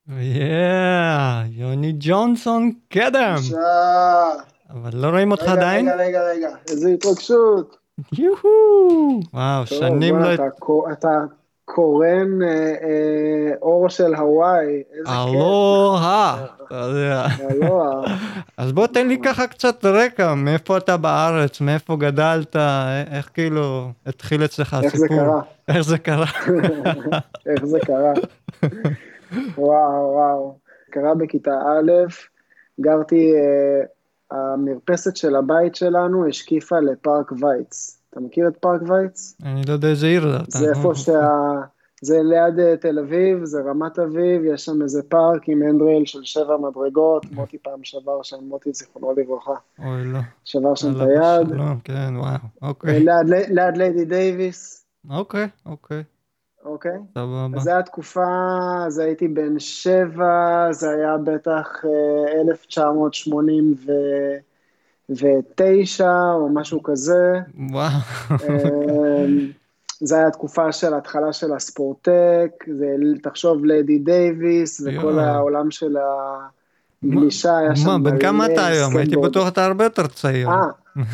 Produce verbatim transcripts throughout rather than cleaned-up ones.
יאה, יוני ג'ונסון קדם. בבקשה. אבל לא רואים אותך רגע, עדיין? רגע, רגע, רגע. איזה התרגשות. יוהו. וואו, טוב, שנים בוא, לא... אתה, קו- אתה קורן אה, אה, אור של הוואי. איזה כיף. אלוהה. אתה יודע. אלוה. אז בוא תן לי נכון. ככה קצת רקע, מאיפה אתה בארץ, מאיפה גדלת, א- איך כאילו התחיל אצלך איך זה הסיפור, קרה? איך זה קרה. איך זה קרה? וואו, וואו. קרה בכיתה א', גרתי, אה, המרפסת של הבית שלנו השקיפה לפארק וייץ. אתה מכיר את פארק וייץ? אני לא יודע איזה עיר זה אתה. זה איפה שה... זה ליד אה, תל אביב, זה רמת אביב, יש שם איזה פארק עם הנדרייל של שבע מדרגות, מוטי פעם שבר שם, מוטי זיכרונו לברכה, אוי לא, שבר שם את עליו היד, השלום, כן, וואו, אה, אוקיי, ליד, ליד ליידי דייביס, אוקיי, אוקיי, אוקיי? סבבה. אז זו הייתה תקופה, אז הייתי בן שבע, זה היה בטח אה, אלף תשע מאות שמונים ותשע או משהו כזה. וואו. אמ, זה היה תקופה של התחלה של הספורטק, זה, תחשוב ליידי דייביס וכל יואו. העולם של מה, הגלישה, היה שם מה, בן כמה אתה מלא היום? הייתי סקייטבורד. בטוח אתה הרבה יותר צעיר. אה,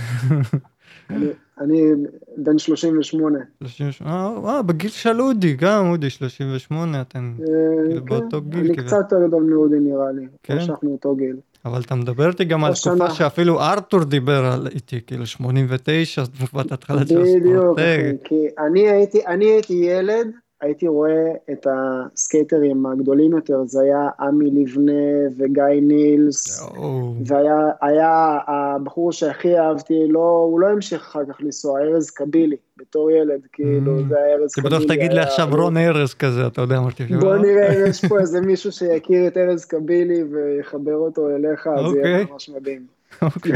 אני, אני בן שלושים ושמונה. שלושים ושמונה, אה, אה, בגיל של אודי, גם אודי שלושים ושמונה, אתם אה, כאילו כן, באותו גיל אני כאילו. קצת יותר גדול מאודי נראה לי, כן? או שאנחנו אותו גיל. אבל אתה מדבר איתי גם על או תקופה שנה. שאפילו ארתור דיבר על איתי, כאילו שמונים ותשע, תקופת התחלה של בדיוק, הספורטק. אחי, כי אני הייתי, אני הייתי ילד, הייתי רואה את הסקייטרים הגדולים יותר, זה היה עמי לבנה וגיא נילס, יואו. והיה היה הבחור שהכי אהבתי, לא, הוא לא המשיך אחר כך לנסוע, ארז קבילי, בתור ילד, כאילו, זה היה ארז אני בטוח קבילי. תגיד לי היה- עכשיו רון ארז כזה, אתה יודע, אמרתי. בוא נראה אם יש פה איזה מישהו שיכיר את ארז קבילי ויחבר אותו אליך, אז יהיה אוקיי. ממש מדהים. אוקיי.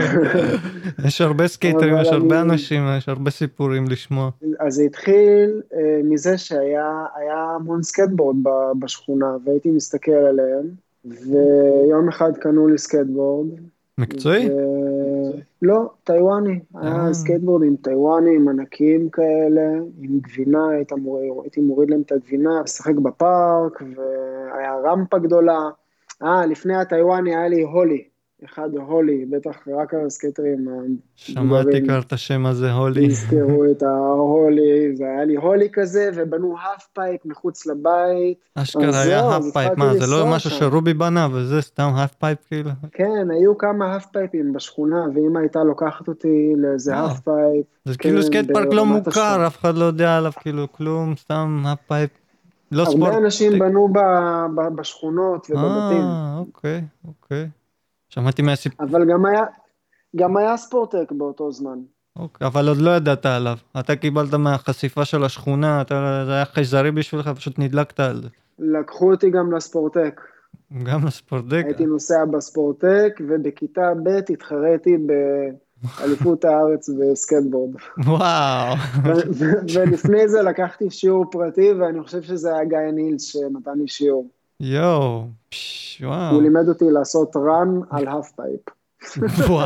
יש הרבה סקייטרים, אבל יש הרבה אני- אנשים, יש הרבה סיפורים לשמוע. אז זה התחיל אה, מזה שהיה היה המון סקייטבורד ב- בשכונה, והייתי מסתכל עליהם, ויום אחד קנו לי סקייטבורד. מקצועי? ו- לא, טיוואני. אה. היה סקייטבורדים טיוואנים ענקיים כאלה, עם גבינה, היית מוריד, הייתי מוריד להם את הגבינה, לשחק בפארק, והיה רמפה גדולה. אה, לפני הטיוואני היה לי הולי, אחד הולי, בטח רק הסקייטרים שמעתי המבוגרים כבר את השם הזה, הולי. הזכרו את ההולי, זה היה לי הולי כזה, ובנו האף פייפ מחוץ לבית. אשכרה אז היה זהו, אז האף פייפ, התחלתי מה זה לא לנסוע משהו שם. שרובי בנה וזה סתם האף פייפ כאילו? כן, היו כמה האף פייפים בשכונה, ואמא הייתה לוקחת אותי לאיזה וואו. האף פייפ. זה כן, כאילו סקייט פארק לא ברמת השרון. מוכר, אף אחד לא יודע עליו כאילו כלום, סתם האף פייפ, לא ספורט. הרבה אנשים בנו ב, ב, בשכונות ובבתים, אה, אוקיי, אוקיי. שמעתי מהסיפור, אבל גם היה, גם היה ספורטק באותו זמן. אוקיי, אבל עוד לא ידעת עליו. אתה קיבלת מהחשיפה של השכונה, אתה, זה היה חייזרי בשבילך, פשוט נדלקת על זה. לקחו אותי גם לספורטק. גם לספורטק. הייתי נוסע בספורטק, ובכיתה ב' התחרתי באליפות הארץ בסקייטבורד. וואו. ו- ו- ולפני זה לקחתי שיעור פרטי, ואני חושב שזה היה גיא נילס שנתן לי שיעור. יואו. פש, וואו. הוא לימד אותי לעשות רן על האף פייפ. וואו.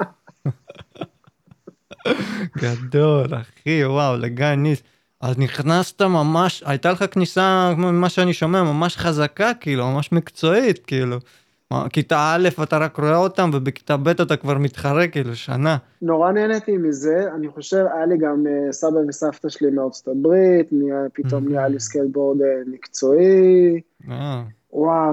גדול, אחי, וואו, לגיא ניס. אז נכנסת ממש, הייתה לך כניסה, כמו מה שאני שומע, ממש חזקה, כאילו, ממש מקצועית, כאילו. מה, כיתה א' אתה רק רואה אותם, ובכיתה ב' אתה כבר מתחרה, כאילו, שנה. נורא נהניתי מזה, אני חושב, היה לי גם uh, סבא וסבתא שלי מארצות הברית, נהיה, פתאום נהיה לי סקייטבורד uh, מקצועי, אה, וואו,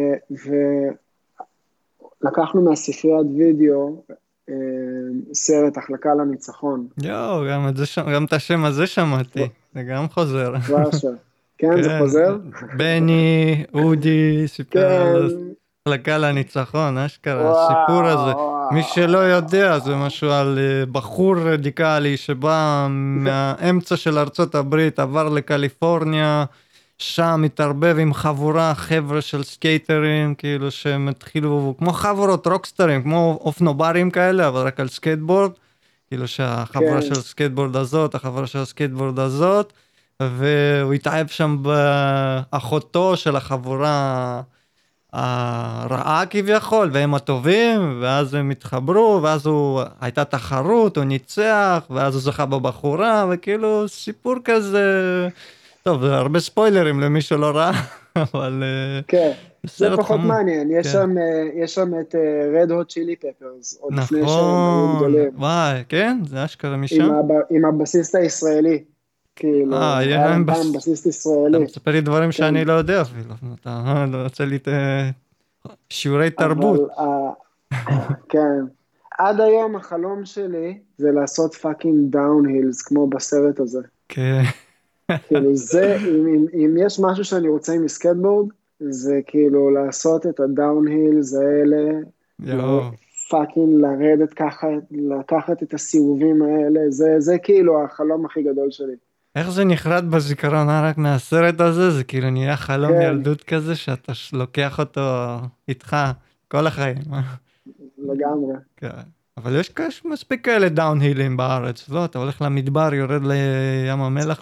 ולקחנו מהספריית וידאו uh, סרט החלקה לניצחון. יואו, גם את זה, ש- גם את השם הזה שמעתי, זה גם חוזר. ורשה. כן, זה חוזר? בני, אודי, סיפר על כן. החלקה לניצחון, אשכרה, וואו, הסיפור הזה. וואו. מי שלא יודע, זה משהו על אה, בחור רדיקלי שבא מהאמצע של ארצות הברית, עבר לקליפורניה, שם התערבב עם חבורה, חבר'ה של סקייטרים, כאילו שהם התחילו, כמו חבורות רוקסטרים, כמו אופנוברים כאלה, אבל רק על סקייטבורד, כאילו שהחבורה כן. של הסקייטבורד הזאת, החבורה של הסקייטבורד הזאת, והוא התאהב שם באחותו של החבורה הרעה כביכול, והם הטובים, ואז הם התחברו, ואז הוא, הייתה תחרות, הוא ניצח, ואז הוא זכה בבחורה, וכאילו סיפור כזה, טוב, זה הרבה ספוילרים למי שלא ראה, אבל כן. זה סרט פחות חמוד. מעניין, יש כן. שם, אה, יש שם את רד הוט צ'ילי פפרס, עוד לפני שהם היו נכון, גדולים, וואי, כן, זה אשכרה עם, משם? הב, עם הבסיסט הישראלי, אה, כאילו, יש היה להם להם פעם בס... בסיסט אתה ישראלי, מספר לי דברים כן, שאני לא יודע אפילו, אתה אה, לא רוצה לי אה, שיעורי אבל, תרבות. uh, כן, עד היום החלום שלי זה לעשות פאקינג דאון-הילס, כמו בסרט הזה, כן, כאילו זה, אם, אם, אם יש משהו שאני רוצה עם סקייטבורד, זה כאילו לעשות את הדאון-הילס האלה, יואו. פאקינג לרדת ככה, לקחת את הסיבובים האלה, זה, זה כאילו החלום הכי גדול שלי. איך זה נחרט בזיכרון אה, רק מהסרט הזה, זה כאילו נהיה חלום כן, ילדות כזה שאתה ש- לוקח אותו איתך כל החיים. אה? לגמרי. כן. אבל יש יש מספיק כאלה דאון-הילים בארץ, לא? אתה הולך למדבר, יורד לים המלח.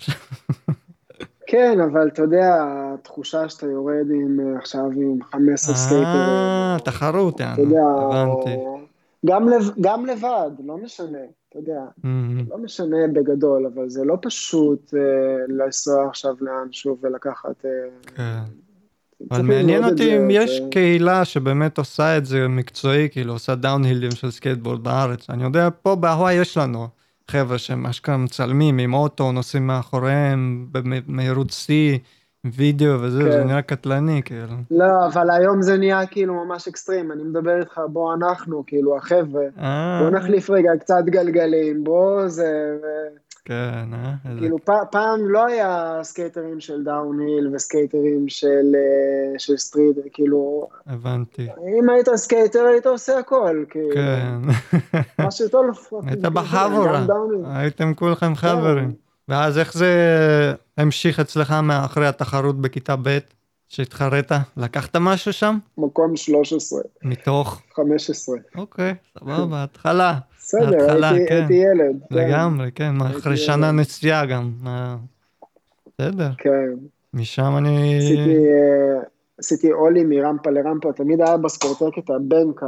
כן, אבל אתה יודע, התחושה שאתה יורד עם, אה, עכשיו עם חמישה עשר סקייטרים, אה, או, תחרות, או, אתה יענו, יודע, הבנתי. או, גם, לב, גם לבד, לא משנה, אתה יודע, Mhm. לא משנה בגדול, אבל זה לא פשוט אה, לנסוע עכשיו לאנשהו ולקחת, אה, כן. אבל צריך מעניין ללמוד את אותי זה, אם זה, יש קהילה שבאמת עושה את זה מקצועי, כאילו עושה דאון-הילים של סקייטבורד בארץ. אני יודע, פה בהוואי יש לנו חבר'ה שהם אשכרה מצלמים עם אוטו, נוסעים מאחוריהם במהירות שיא, וידאו וזה, זה כן. נראה קטלני, כאילו. לא, אבל היום זה נהיה כאילו ממש אקסטרים, אני מדבר איתך, בוא אנחנו, כאילו החבר'ה, בוא אה, נחליף רגע קצת גלגלים, בוא זה, ו... כן, אה, איזה... כאילו פ, פעם לא היה סקייטרים של דאון-היל וסקייטרים של, אה, של סטריט, כאילו, הבנתי. אם היית סקייטר היית עושה הכל, כאילו, כן. מה שטוב, היית זה, גם בחבורה, דאון-היל, הייתם כולכם כן, חברים. ואז איך זה המשיך אצלך מאחרי התחרות בכיתה ב' שהתחרית? לקחת משהו שם? מקום שלוש עשרה, מתוך? חמש עשרה, אוקיי, סבבה, התחלה. בסדר, ההתחלה, הייתי, כן. הייתי ילד, כן, לגמרי, כן, מה, הייתי אחרי שנה ילד, נסיעה גם. מה, בסדר. כן. משם אני... עשיתי, אה, עשיתי אולי מרמפה לרמפה, תמיד היה בספורטק את הבנק ה-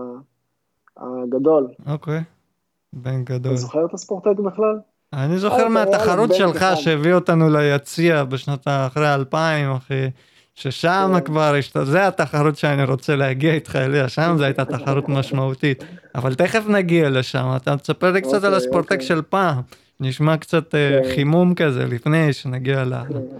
הגדול. אוקיי, בן אתה גדול. זוכר את הספורטק בכלל? אני היה זוכר את- היה לו מהתחרות בנק שלך אחד. שהביא אותנו ליציע בשנות אחרי אלפיים, אחי, ששם כן. כבר, השת- זה התחרות שאני רוצה להגיע איתך אליה, שם זו הייתה תחרות משמעותית. אבל תכף נגיע לשם, אתה תספר לי קצת על אוקיי, הספורטק אוקיי. של פעם, נשמע קצת אה, כן. חימום כזה לפני שנגיע ל...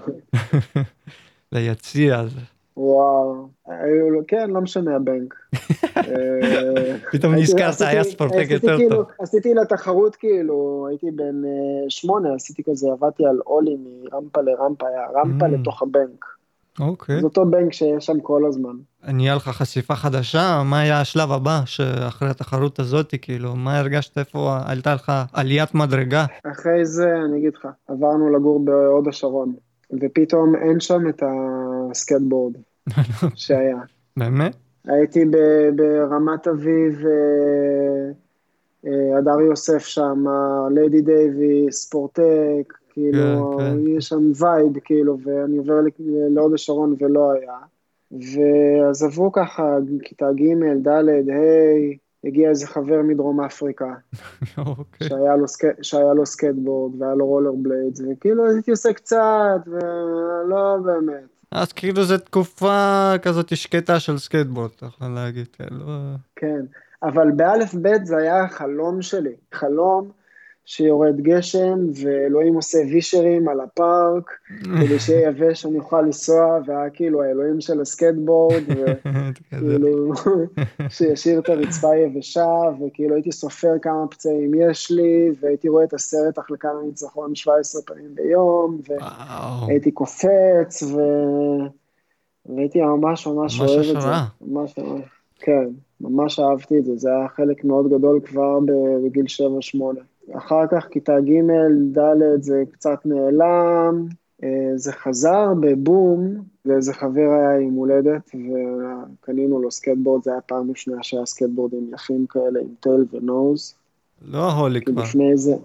ליציע הזה. וואו. היו לו- כן, לא משנה הבנק. אה, פתאום הייתי- נזכרת, עשיתי- היה ספורטק עשיתי יותר כאילו- טוב. עשיתי לתחרות כאילו, הייתי בן אה, שמונה, עשיתי כזה, עבדתי על אולי מרמפה לרמפה, היה רמפה Mm. לתוך הבנק. אוקיי. זה אותו בנק שיש שם כל הזמן. נהיה לך חשיפה חדשה? מה היה השלב הבא שאחרי התחרות הזאת, כאילו, מה הרגשת, איפה עלתה לך עליית מדרגה? אחרי זה, אני אגיד לך, עברנו לגור בהוד השרון, ופתאום אין שם את הסקייטבורד שהיה. באמת? הייתי ב- ברמת אביב, אה, אה, הדר יוסף שם, ליידי דייוויס, ספורטק, כן, כאילו, כן. יש שם וייב, כאילו, ואני עובר ל- להוד השרון ולא היה. ואז עברו ככה, כיתה ג', ד', ה', הגיע איזה חבר מדרום אפריקה. אוקיי. שהיה לו, סק... שהיה לו סקייטבורד והיה לו רולר בליידס, וכאילו הייתי עושה קצת, ולא באמת. אז כאילו זו תקופה כזאת שקטה של סקייטבורד, אתה יכול להגיד, כאילו... כן, אבל באלף בית זה היה החלום שלי, חלום שיורד גשם, ואלוהים עושה וישרים על הפארק, כדי שיהיה יבש אני אוכל לנסוע, והיה כאילו האלוהים של הסקייטבורד, וכאילו שישאיר את הרצפה יבשה, וכאילו הייתי סופר כמה פצעים יש לי, והייתי רואה את הסרט החלקה לניצחון שבע עשרה פעמים ביום, וואו, והייתי קופץ, ו... והייתי ממש ממש ממש אוהב את זה. השראה. ממש ממש. כן, ממש אהבתי את זה, זה היה חלק מאוד גדול כבר בגיל שבע שמונה. אחר כך כיתה ג', ד' זה קצת נעלם, אה, זה חזר בבום, ואיזה חבר היה עם הולדת, וקנינו לו סקייטבורד, זה היה פעם ראשונה שהיה סקייטבורדים יפים כאלה, עם טייל ונוז. לא הולי כי כבר. לפני זה...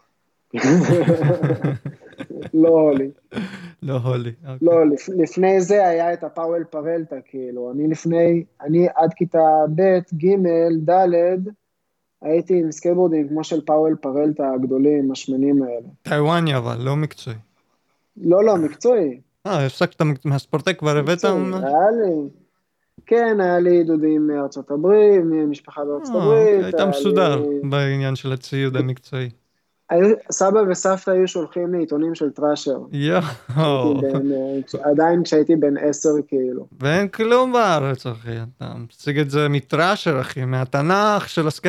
לא הולי. לא הולי. אוקיי. לא, לפ, לפני זה היה את הפאוול פרלטה, כאילו, אני לפני, אני עד כיתה ב', ג', ד', הייתי עם סקייטבורדים כמו של פאוול פרלטה הגדולים, השמנים האלה. טיוואני אבל, לא מקצועי. לא, לא, מקצועי. אה, הפסקת מהספורטק כבר הבאת? מקצועי, היה לי, כן, היה לי דודים מארצות הברית, משפחה בארצות הברית. היית מסודר בעניין של הציוד המקצועי. סבא וסבתא היו שולחים לי עיתונים של טראשר. יואו. עדיין כשהייתי בן עשר כאילו. ואין כלום בארץ, אחי. אתה מציג את זה מטראשר, אחי, מהתנ"ך של הסקייט.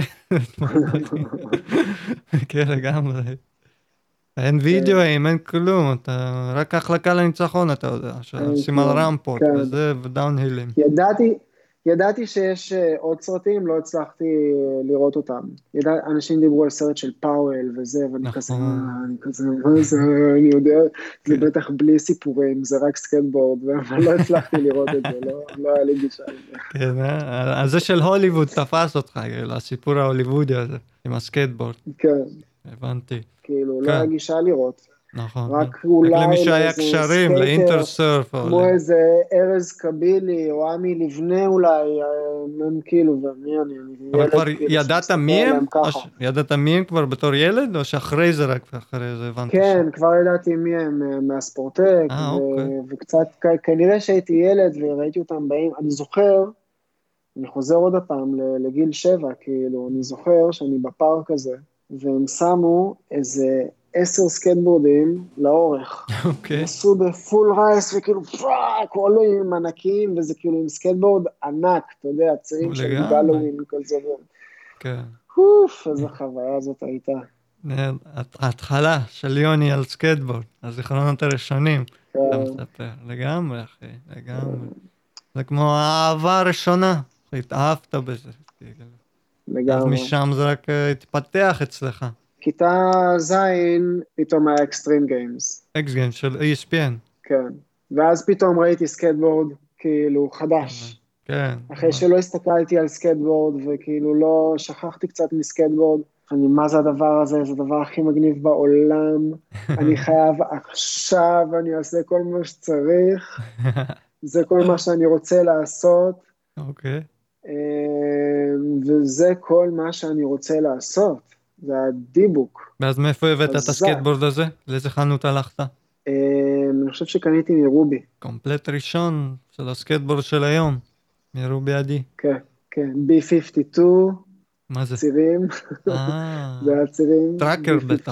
כן, לגמרי. אין וידאוים, אין כלום, אתה רק החלקה לניצחון, אתה יודע, שעושים על רמפות וזה, ודאונהילים. ידעתי, ידעתי שיש עוד סרטים, לא הצלחתי לראות אותם. אנשים דיברו על סרט של פאוול וזה, ואני כזה, אני כזה, מה זה, אני יודע, זה בטח בלי סיפורים, זה רק סקייטבורד, אבל לא הצלחתי לראות את זה, לא היה לי גישה לזה. כן, אז זה של הוליווד תפס אותך, הסיפור ההוליוודי הזה, עם הסקייטבורד. כן. הבנתי. כאילו, לא היה גישה לראות. נכון. רק אולי למי שהיה קשרים, לאינטרסרף. כמו איזה ארז קבילי, או עמי לבנה אולי, הם כאילו, ומי אני? אבל כבר ידעת מי הם? ידעת מי הם כבר בתור ילד, או שאחרי זה רק אחרי זה הבנת? כן, כבר ידעתי מי הם מהספורטק, וקצת, כנראה שהייתי ילד וראיתי אותם באים, אני זוכר, אני חוזר עוד הפעם לגיל שבע, כאילו, אני זוכר שאני בפארק הזה, והם שמו איזה עשר סקייטבורדים לאורך. אוקיי. עשו בפול רייס וכאילו פראק, עולו עם ענקים, וזה כאילו עם סקייטבורד ענק, אתה יודע, צירים של גלווין כזה. כן. אוף, איזה חוויה הזאת הייתה. ההתחלה של יוני על סקייטבורד, הזיכרונות הראשונים. אתה מספר, לגמרי אחי, לגמרי. זה כמו האהבה הראשונה, התאהבת בזה. לגמרי. אז משם זה רק התפתח אצלך. כיתה זין, פתאום היה אקסטרים גיימס. אקס גיימס של אי אס פי אן. כן. ואז פתאום ראיתי סקייטבורד, כאילו, חדש. כן. אחרי שלא הסתכלתי על סקייטבורד, וכאילו לא, שכחתי קצת מסקייטבורד. אני, מה זה הדבר הזה? זה הדבר הכי מגניב בעולם. אני חייב עכשיו, אני אעשה כל מה שצריך. זה כל מה שאני רוצה לעשות. אוקיי. וזה כל מה שאני רוצה לעשות. זה הדיבוק. ואז מאיפה הבאת את הסקייטבורד הזה? לאיזה חנות הלכת? אני חושב שקניתי מרובי. קומפלט ראשון של הסקייטבורד של היום. מרובי עדי. כן, כן. בי חמישים ושתיים. מה זה? צירים. זה הצירים. טראקר בטח.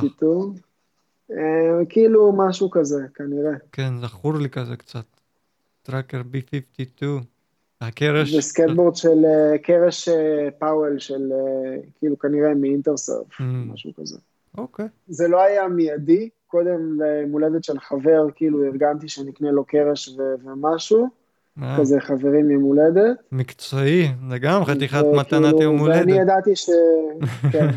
כאילו משהו כזה, כנראה. כן, זכור לי כזה קצת. טראקר בי חמישים ושתיים. הקרש... זה סקייטבורד של קרש פאוול של כאילו כנראה מאינטרסרף, משהו כזה. אוקיי. זה לא היה מיידי, קודם למולדת של חבר, כאילו ארגנתי שנקנה לו קרש ומשהו, כזה חברים ממולדת. מקצועי, זה גם חתיכת מתנת יום הולדת. ואני ידעתי ש... כן,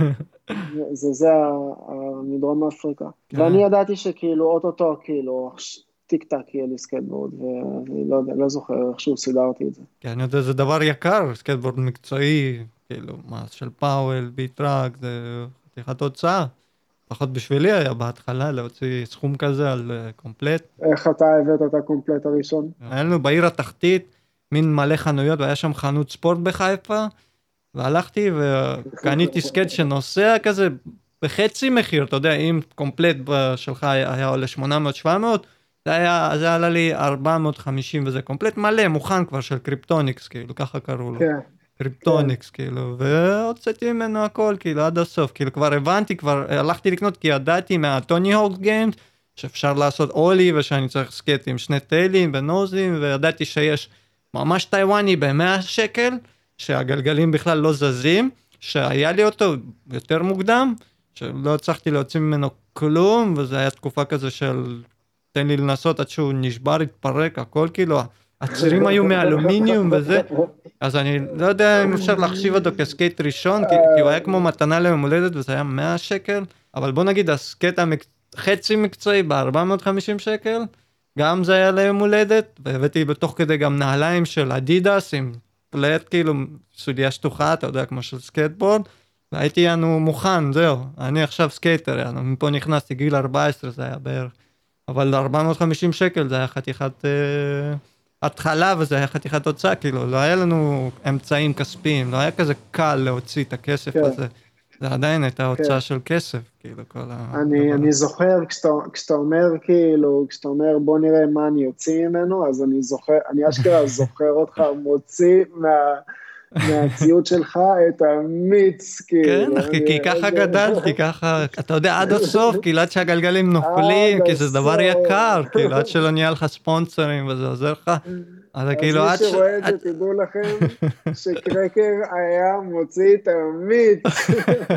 זה מדרום אפריקה. ואני ידעתי שכאילו אוטוטו, כאילו... טיק טק יהיה לי סקייטבורד, ואני לא יודע, לא זוכר איכשהו סידרתי את זה. כן, אני יודע, זה דבר יקר, סקייטבורד מקצועי, כאילו, מה, של פאוול, ביטראק, זה חתיכת הוצאה. פחות בשבילי היה בהתחלה להוציא סכום כזה על קומפלט. איך אתה הבאת את הקומפלט הראשון? היה לנו בעיר התחתית, מין מלא חנויות, והיה שם חנות ספורט בחיפה, והלכתי וקניתי סקייט שנוסע כזה, בחצי מחיר, אתה יודע, אם קומפלט שלך היה עולה שמונה מאות שבע מאות, זה היה, זה עלה לי ארבע מאות וחמישים וזה קומפלט מלא, מוכן כבר של קריפטוניקס, כאילו, ככה קראו לו. כן. קריפטוניקס, כאילו, והוצאתי ממנו הכל, כאילו, עד הסוף, כאילו, כבר הבנתי, כבר הלכתי לקנות, כי ידעתי מהטוני הוק גיימס, שאפשר לעשות אולי, ושאני צריך סקייט עם שני טיילים ונוזים, וידעתי שיש ממש טיוואני ב-מאה שקל, שהגלגלים בכלל לא זזים, שהיה לי אותו יותר מוקדם, שלא הצלחתי להוציא ממנו כלום, וזה היה תקופה כזה של... תן לי לנסות עד שהוא נשבר, התפרק, הכל כאילו, הצירים היו מאלומיניום וזה, אז אני לא יודע אם אפשר להחשיב אותו כסקייט ראשון, כי, כי הוא היה כמו מתנה ליום הולדת, וזה היה מאה שקל, אבל בוא נגיד, הסקייט המק... חצי מקצועי ב-ארבע מאות וחמישים שקל, גם זה היה ליום הולדת, והבאתי בתוך כדי גם נעליים של אדידס, עם פלט כאילו, סודיה שטוחה, אתה יודע, כמו של סקייטבורד, והייתי יענו מוכן, זהו, אני עכשיו סקייטר, יענו, מפה נכנסתי, גיל ארבע עשרה זה היה בערך, אבל ארבע מאות וחמישים שקל זה היה חתיכת אה, התחלה, וזה היה חתיכת הוצאה, כאילו, לא היה לנו אמצעים כספיים, לא היה כזה קל להוציא את הכסף כן, הזה. זה עדיין הייתה כן. הוצאה של כסף, כאילו, כל ה... אני, אני זוכר, כשאתה, כשאתה אומר, כאילו, כשאתה אומר, בוא נראה מה אני יוציא ממנו, אז אני זוכר, אני אשכרה זוכר אותך, מוציא מה, מהציוד שלך את המיץ, כן, כאילו. אחי, אני, כי ככה גדלתי, ככה, אתה יודע, עד הסוף, כאילו, עד שהגלגלים נופלים, עד כי זה דבר הסוף. יקר, כאילו, עד שלא נהיה לך ספונסרים וזה עוזר לך, אז אז כאילו, מי עד ש... שרואה את עד- זה, תדעו לכם, שקרקר היה מוציא את המיץ.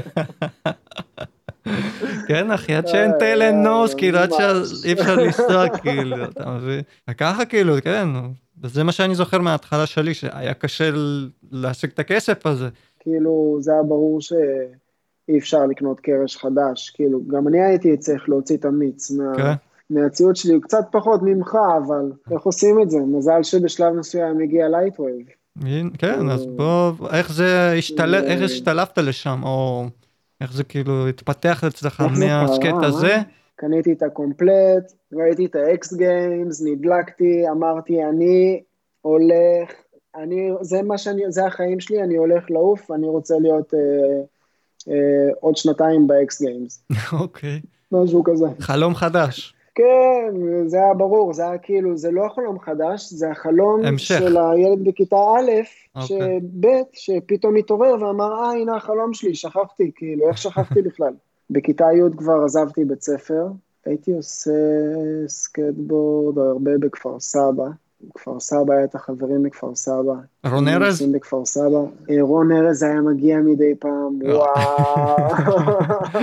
כן, אחי, עד שאין איי, תל אנוס, איי, כאילו, עד ממש. שאי אפשר לנסוע, כאילו, אתה מבין? וככה, כאילו, כן, וזה מה שאני זוכר מההתחלה שלי, שהיה קשה ל- להשיג את הכסף הזה. כאילו, זה היה ברור שאי אפשר לקנות קרש חדש, כאילו, גם אני הייתי צריך להוציא את המיץ מה, כן. מהציוד שלי, הוא קצת פחות ממך, אבל איך עושים את זה? מזל שבשלב מסוים הגיע לייטווייב. הנה, כן, אז בוא, איך זה השתלב, איך אה, השתלבת לשם, או איך זה כאילו התפתח אצלך איך זה מהסקט קרה? הזה? קניתי את הקומפלט, ראיתי את האקס גיימס, נדלקתי, אמרתי, אני הולך, אני, זה מה שאני, זה החיים שלי, אני הולך לעוף, אני רוצה להיות אה, אה, עוד שנתיים באקס גיימס. אוקיי. משהו כזה. חלום חדש. כן, זה היה ברור, זה היה כאילו, זה לא החלום חדש, זה החלום המשך. של הילד בכיתה א', אוקיי. שב', שפתאום התעורר ואמר, אה, הנה החלום שלי, שכחתי, כאילו, איך שכחתי בכלל? בכיתה י' כבר עזבתי בית ספר, הייתי עושה סקטבורד הרבה בכפר סבא, בכפר סבא היה את החברים מכפר סבא. רון היינו ארז? נוסעים בכפר סבא, אה, רון ארז היה מגיע מדי פעם, לא. וואו.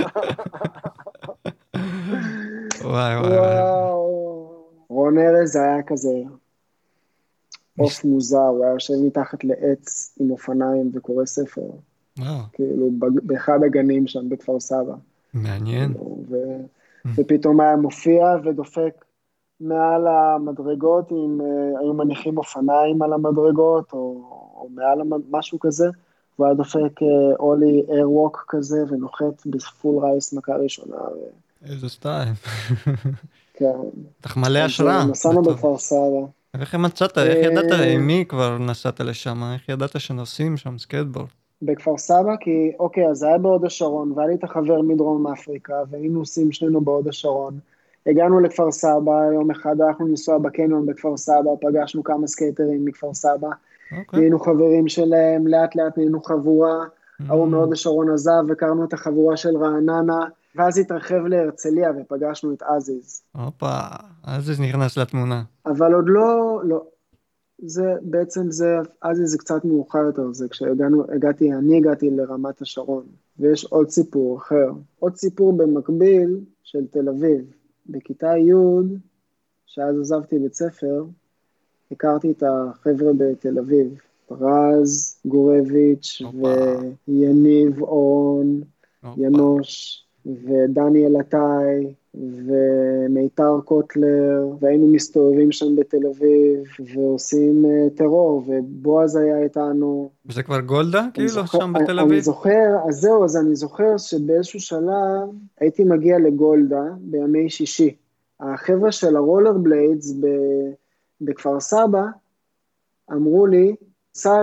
וואי וואי וואי. וואו. רון ארז היה כזה עוף מוזר, הוא היה יושב מתחת לעץ עם אופניים וקורא ספר, וואו, כאילו ב- באחד הגנים שם בכפר סבא. מעניין. ו- ופתאום היה מופיע ודופק מעל המדרגות, עם, אה, היו מניחים אופניים על המדרגות, או, או מעל המד... משהו כזה, והוא היה דופק אה, אולי איירווק כזה, ונוחת בפול רייס מכה ראשונה. ו... איזה סטייל. כן. אתה מלא אז השראה. נסענו בטוח. בכפר סבא. איך מצאת, איך ידעת, אה, עם מי כבר נסעת לשם, איך ידעת שנוסעים שם סקייטבורד? בכפר סבא, כי אוקיי, אז זה היה בהוד השרון, והיה לי את החבר מדרום אפריקה, והיינו עושים שנינו בהוד השרון. הגענו לכפר סבא, יום אחד הלכנו לנסוע בקניון בכפר סבא, פגשנו כמה סקייטרים מכפר סבא, אוקיי. היינו חברים שלהם, לאט לאט היינו חבורה, ההוא מהוד השרון עזב, הכרנו את החבורה של רעננה, ואז התרחב להרצליה ופגשנו את עזיז. הופה, אז זה נכנס לתמונה. אבל עוד לא, לא, זה בעצם זה, אז זה קצת מאוחר יותר, זה כשהגענו, הגעתי, אני הגעתי לרמת השרון, ויש עוד סיפור אחר, עוד סיפור במקביל של תל אביב, בכיתה י', שאז עזבתי בית ספר, הכרתי את החבר'ה בתל אביב, פרז, גורביץ' ויניב אורן, ינוש, ודניאל עטאי, ומיתר קוטלר, והיינו מסתובבים שם בתל אביב, ועושים uh, טרור, ובועז היה איתנו. וזה כבר גולדה, כאילו, זוכר, שם בתל אני, אביב? אני זוכר, אז זהו, אז אני זוכר שבאיזשהו שלב הייתי מגיע לגולדה בימי שישי. החבר'ה של הרולר בליידס ב- בכפר סבא אמרו לי, סע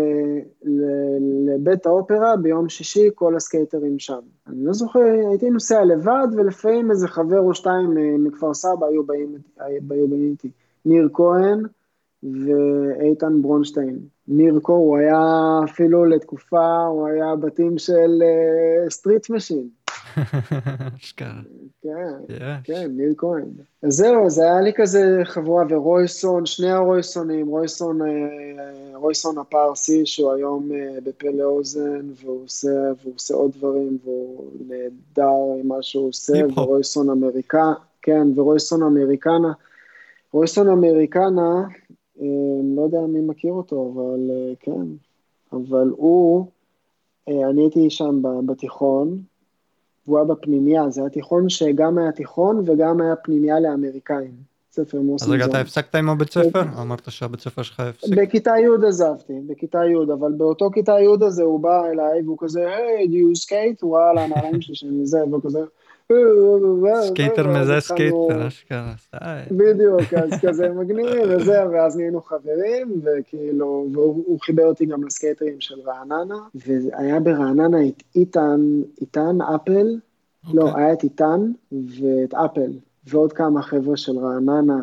לבית האופרה ביום שישי, כל הסקייטרים שם. אני לא זוכר, הייתי נוסע לבד, ולפעמים איזה חבר או שתיים מכפר סבא היו באים, היו באים איתי. ניר כהן ואיתן ברונשטיין. ניר כהן, הוא היה אפילו לתקופה, הוא היה בתים של סטריט משין. אשכרה. כן, יש. כן, ניר כהן. אז זהו, זה היה לי כזה חבורה, ורויסון, שני הרויסונים, רויסון, רויסון הפרסי, שהוא היום בפלא אוזן, והוא עושה, והוא עושה עוד דברים, והוא נהדר עם מה שהוא עושה, ורויסון אמריקה, כן, ורויסון אמריקנה. רויסון אמריקנה, לא יודע מי מכיר אותו, אבל כן, אבל הוא, אני הייתי שם בתיכון, הוא היה בפנימיה, זה היה תיכון שגם היה תיכון וגם היה פנימיה לאמריקאים, ספר מוסי זון. אז רגע, אתה הפסקת עם הבית ספר? אמרת שהבית ספר שלך הפסיק? בכיתה י' עזבתי, בכיתה י', אבל באותו כיתה י' הזה הוא בא אליי והוא כזה, היי, do you skate? הוא ראה על הנעליים שלי שאני זה, והוא כזה, סקייטר מזה סקייטר, אשכרה, בדיוק, אז כזה מגניב וזה, ואז נהיינו חברים, וכאילו, והוא חיבר אותי גם לסקייטרים של רעננה, והיה ברעננה את איתן, איתן אפל, לא, היה את איתן ואת אפל, ועוד כמה חבר'ה של רעננה,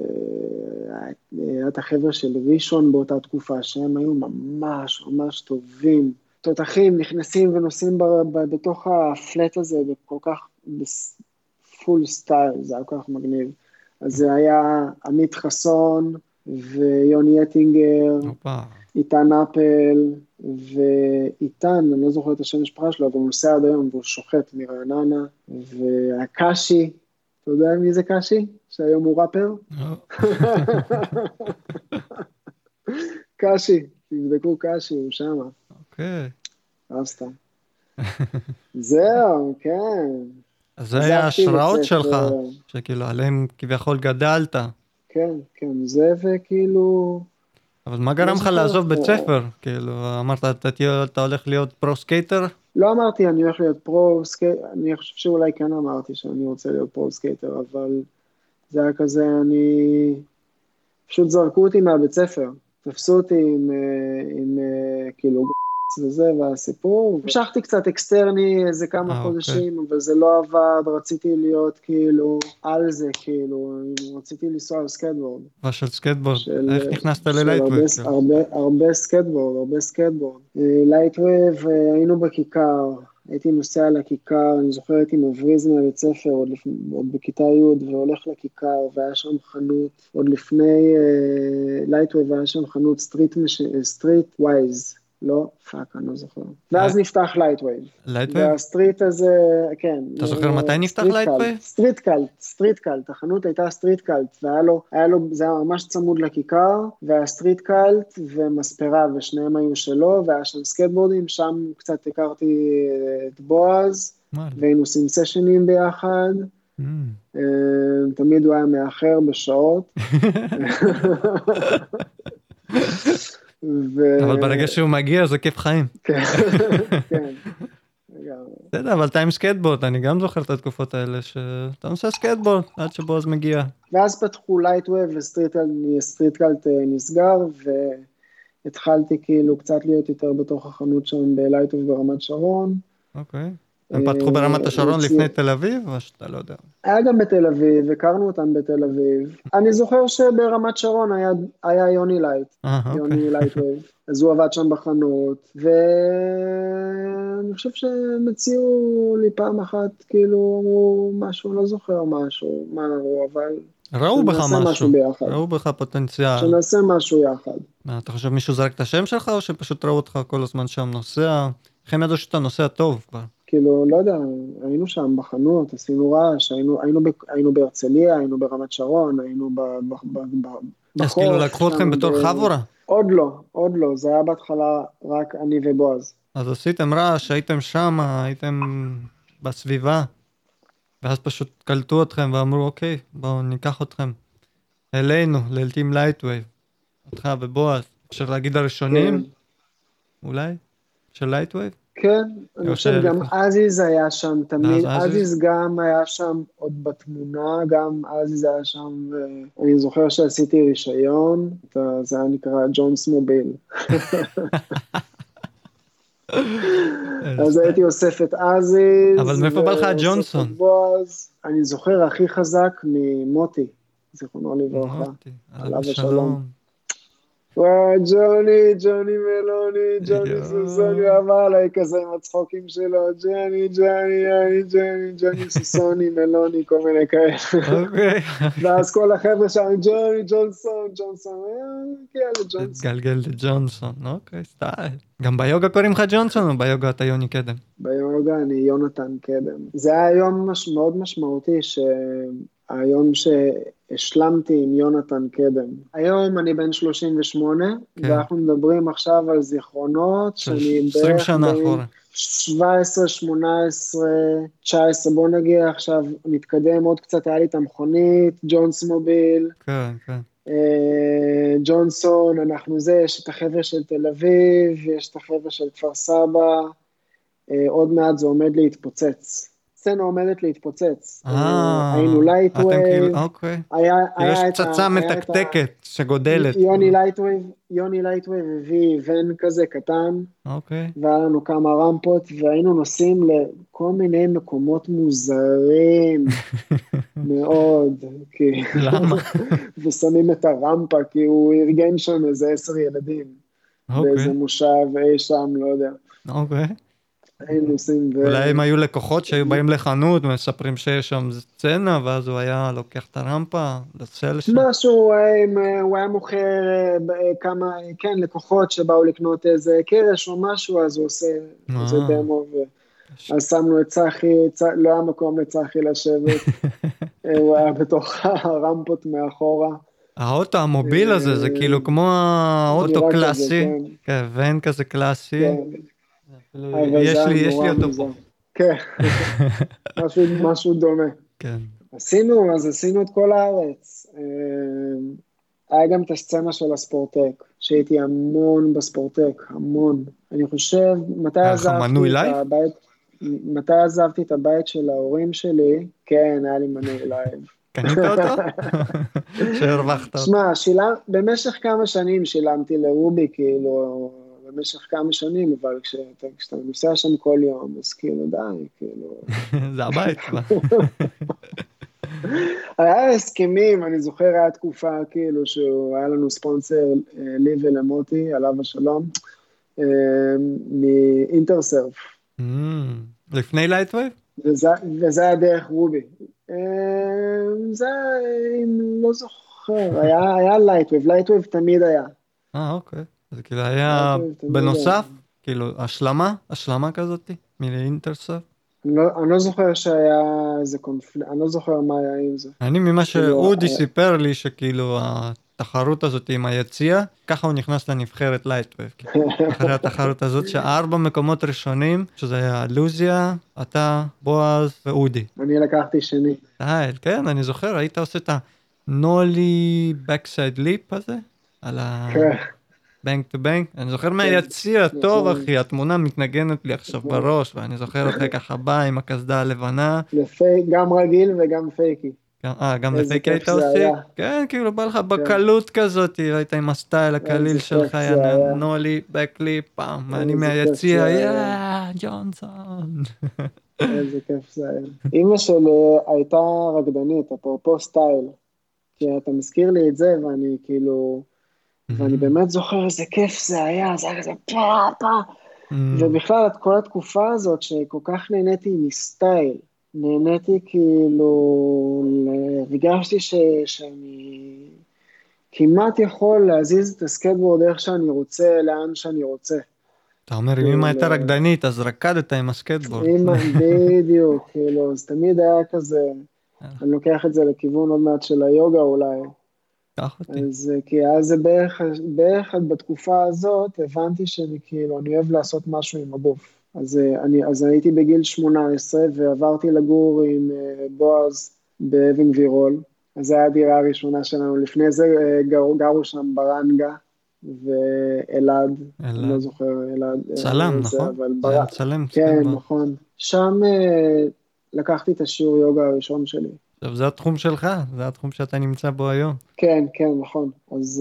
והיה את החבר'ה של ראשון באותה תקופה, שהם היו ממש ממש טובים, תותחים נכנסים ונוסעים בתוך הפלט הזה, וכל כך פול סטייל, זה היה כל כך מגניב. אז זה היה עמית חסון, ויוני אטינגר, איתן אפל, ואיתן, אני לא זוכר את השם משפחה שלו, אבל הוא נוסע עד היום, והוא שוחט מרעננה, והקשי, אתה יודע מי זה קשי? שהיום הוא ראפר? קשי, תבדקו קשי, הוא שמה. אוקיי. לא סתם. זהו, כן. אז זה היה ההשראות שלך, שכאילו עליהם כביכול גדלת. כן, כן, זה וכאילו... אבל מה גרם לך לעזוב בית ספר? כאילו, אמרת, אתה הולך להיות פרו סקייטר? לא אמרתי, אני הולך להיות פרו סקייטר, אני חושב שאולי כן אמרתי שאני רוצה להיות פרו סקייטר, אבל זה היה כזה, אני... פשוט זרקו אותי מהבית ספר, תפסו אותי עם, עם כאילו... וזה, והסיפור, המשכתי קצת אקסטרני איזה כמה חודשים, אבל זה לא עבד, רציתי להיות כאילו על זה, כאילו, רציתי לנסוע על סקייטבורד. מה של סקייטבורד? איך נכנסת ללייטווייב? הרבה סקייטבורד, הרבה סקייטבורד. לייטווייב, היינו בכיכר, הייתי נוסע לכיכר, אני זוכר הייתי מבריז מהבית ספר, עוד, לפ... עוד בכיתה י' והולך לכיכר, והיה שם חנות, עוד לפני לייטווייב היה שם חנות סטריט, סטריט ווייז. לא, פאק, אני לא זוכר. ואז נפתח לייטווייב. לייטווייב? והסטריט הזה, כן. אתה זוכר מתי נפתח לייטווייב? סטריט קלט, סטריט קלט, החנות הייתה סטריט קלט, והיה לו, היה לו, זה היה ממש צמוד לכיכר, והסטריט קלט ומספרה, ושניהם היו שלו, והיה שם סקייטבורדים, שם קצת הכרתי את בועז, והיינו עושים סשנים ביחד, תמיד הוא היה מאחר בשעות. אבל ברגע שהוא מגיע זה כיף חיים. כן, כן. בסדר, אבל אתה עם סקייטבורד, אני גם זוכר את התקופות האלה שאתה נוסע סקייטבורד עד שבועז מגיע. ואז פתחו לייטווייב וסטריטקלט נסגר, והתחלתי כאילו קצת להיות יותר בתוך החנות שם בלייטווייב ברמת שרון. אוקיי. הם פתחו ברמת השרון לפני תל אביב, או שאתה לא יודע? היה גם בתל אביב, הכרנו אותם בתל אביב. אני זוכר שברמת שרון היה, היה יוני לייט, יוני לייטווייב. אז הוא עבד שם בחנות, ואני חושב שהם הציעו לי פעם אחת, כאילו, אמרו משהו, לא זוכר משהו, מה אמרו, אבל... ראו בך משהו, ראו בך פוטנציאל. שנעשה משהו יחד. אתה חושב מישהו זרק את השם שלך, או שפשוט ראו אותך כל הזמן שם נוסע? איך הם ידעו שאתה נוסע טוב כבר? כאילו, לא יודע, היינו שם בחנות, עשינו רעש, היינו, היינו, היינו בהרצליה, היינו ברמת שרון, היינו ב, ב, ב, ב, בחוף. אז כאילו לקחו אתכם בתור ב... חבורה? עוד לא, עוד לא, זה היה בהתחלה רק אני ובועז. אז עשיתם רעש, הייתם שם, הייתם בסביבה, ואז פשוט קלטו אתכם ואמרו, אוקיי, בואו ניקח אתכם אלינו, ללטים לייטווייב, אותך ובועז. אפשר להגיד הראשונים? כן. אולי? של לייטווייב? כן, אני חושב גם עזיז היה שם תמיד, עזיז גם היה שם עוד בתמונה, גם עזיז היה שם, אני זוכר שעשיתי רישיון, זה היה נקרא ג'ונס מוביל. אז הייתי אוסף את עזיז. אבל מאיפה בא לך ג'ונסון? אני זוכר הכי חזק ממוטי, זיכרונו לברכה. עליו השלום. וואי, ג'וני, ג'וני מלוני, ג'וני סוסוני, אמר עליי כזה עם הצחוקים שלו, ג'וני, ג'וני, ג'וני, ג'וני, ג'וני סוסוני, מלוני, כל מיני כאלה. אוקיי. ואז כל החבר'ה שם, ג'וני, ג'ונסון, ג'ונסון, יאללה, ג'ונסון. גלגל לג'ונסון, אוקיי, סטייל. גם ביוגה קוראים לך ג'ונסון, או ביוגה אתה יוני קדם? ביוגה אני יונתן קדם. זה היה יום מאוד משמעותי, שהיום ש... השלמתי עם יונתן קדם. היום אני בן שלושים ושמונה, כן. ואנחנו מדברים עכשיו על זיכרונות, שאני בערך שנה אחורה. שבע עשרה, שמונה עשרה, תשע עשרה, בוא נגיע עכשיו, נתקדם עוד קצת, היה לי את המכונית, ג'ונס מוביל, כן, כן. אה, ג'ונסון, אנחנו זה, יש את החבר'ה של תל אביב, יש את החבר'ה של כפר סבא, אה, עוד מעט זה עומד להתפוצץ. הסצנה עומדת להתפוצץ. אה, היינו לייטווייב, אתם כאילו, אוקיי. היה, כאילו יש היה את פצצה ה... היה את ה... מתקתקת שגודלת. יוני לייטווייב, יוני לייטווייב הביא ון כזה קטן, אוקיי. והיה לנו כמה רמפות, והיינו נוסעים לכל מיני מקומות מוזרים מאוד, כי... למה? ושמים את הרמפה, כי הוא ארגן שם איזה עשר ילדים, באיזה אוקיי, מושב אי שם, לא יודע. אוקיי. היינו נוסעים ו... אולי הם היו לקוחות שהיו באים לחנות ומספרים שיש שם סצנה, ואז הוא היה לוקח את הרמפה, יוצא לשם. משהו, הוא היה- הוא היה מוכר אה, ב- אה, כמה, כן, לקוחות שבאו לקנות איזה קרש או משהו, אז הוא עושה איזה אה, דמו, ו- אז שמנו את צחי, צ- לא היה מקום לצחי לשבת, אה, הוא היה בתוך הרמפות מאחורה. האוטו המוביל הזה זה כאילו כמו האוטו נראה כזה, קלאסי, כן, כן, ואין כזה קלאסי, כן, אפילו אבל יש זה לי, היה יש לי נורא אותו מוזר. פה. כן, משהו, משהו דומה. כן. עשינו, אז עשינו את כל הארץ. אה, היה גם את הסצנה של הספורטק, שהייתי המון בספורטק, המון. אני חושב, מתי היה לך מנוי עזבתי את לייב? הבית, מתי עזבתי את הבית של ההורים שלי, כן, היה לי מנוי לייב. קנית אותו? שהרווחת אותו. שמע, שילם, במשך כמה שנים שילמתי לרובי, כאילו, במשך כמה שנים, אבל כשאתה, כשאתה נוסע שם כל יום, אז כאילו, די, כאילו... זה הבית כבר. היה הסכמים, אני זוכר, היה תקופה כאילו שהוא היה לנו ספונסר, אה, לי ולמוטי, עליו השלום, אה, מאינטרסרף, Mm, לפני לייטווייב? וזה, וזה היה דרך רובי. אה, זה, אם לא זוכר, היה, היה לייטווייב, לייטווייב תמיד היה. אה, אוקיי. זה כאילו היה לייטווייב תמיד בנוסף, היה. כאילו השלמה, השלמה כזאת, מלאינטרסף. אני לא, אני לא זוכר שהיה איזה קונפליקט, אני לא זוכר מה היה עם זה. אני ממה כאילו, שאודי היה- סיפר לי שכאילו התחרות הזאת עם היציאה, ככה הוא נכנס לנבחרת לייטווייב. אחרי התחרות הזאת שארבע מקומות ראשונים, שזה היה לוזיה, אתה, בועז ואודי. אני לקחתי שני. אה, כן, אני זוכר, היית עושה את הנולי בקסייד ליפ הזה, על ה... כן, בנק טו בנק, אני זוכר מהיציע הטוב נכון. אחי, התמונה מתנגנת לי עכשיו נכון. בראש, ואני זוכר אותך ככה בא עם הקסדה הלבנה, לפי, גם רגיל וגם פייקי. גם- אה, גם איזה לפייק כיף היית זה עושה? היה. כן, כאילו בא לך בקלות כזאת, היית עם הסטייל הקליל איזה שלך, כיף זה היה. נולי, בקלי, פעם, ואני איזה כיף מהיציע, זה היה. יאה, ג'ונסון. איזה כיף זה היה. אמא שלי הייתה רקדנית, אפרופו סטייל. כי אתה מזכיר לי את זה, ואני כאילו, ואני באמת זוכר איזה כיף זה היה, זה היה כזה פה, פה. ובכלל, את כל התקופה הזאת שכל כך נהניתי מסטייל, נהניתי כאילו, הרגשתי ש, שאני כמעט יכול להזיז את הסקטבורד איך שאני רוצה, לאן שאני רוצה. אתה אומר, אם אמא הייתה רקדנית, אז רקדת עם הסקטבורד. אמא, בדיוק, כאילו, אז תמיד היה כזה, אני לוקח את זה לכיוון עוד מעט של היוגה אולי. קח אותי. אז כי אז זה בערך, בערך בתקופה הזאת, הבנתי שאני כאילו, אני אוהב לעשות משהו עם הגוף. אז אני, אז הייתי בגיל שמונה עשרה, ועברתי לגור עם בועז באבן גבירול. אז זו הייתה הדירה הראשונה שלנו. לפני זה גרו, גרו שם ברנגה ואלעד, אני לא זוכר, אלעד. צלם, זה, נכון? אבל זה היה בר... צלם. כן, נכון. שם לקחתי את השיעור יוגה הראשון שלי. עכשיו, זה התחום שלך, זה התחום שאתה נמצא בו היום. כן, כן, נכון. אז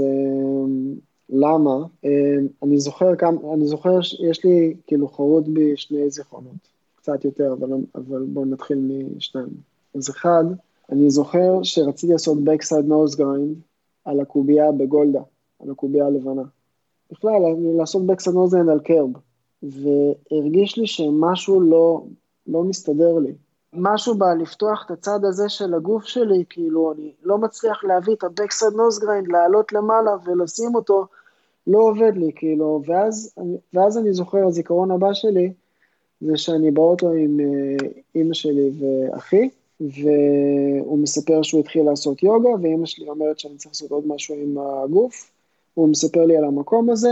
למה? אני זוכר כמה, אני זוכר שיש לי כאילו חרוט בי שני זיכרונות, קצת יותר, אבל, אבל בואו נתחיל משניים. אז אחד, אני זוכר שרציתי לעשות backside nose grind על הקובייה בגולדה, על הקובייה הלבנה. בכלל, לעשות backside nose grind על קרב, והרגיש לי שמשהו לא, לא מסתדר לי. משהו בא לפתוח את הצד הזה של הגוף שלי, כאילו אני לא מצליח להביא את ה-backside nose grind, לעלות למעלה ולשים אותו, לא עובד לי, כאילו, ואז, ואז אני זוכר, הזיכרון הבא שלי, זה שאני באוטו עם אמא שלי ואחי, והוא מספר שהוא התחיל לעשות יוגה, ואמא שלי אומרת שאני צריך לעשות עוד משהו עם הגוף, הוא מספר לי על המקום הזה,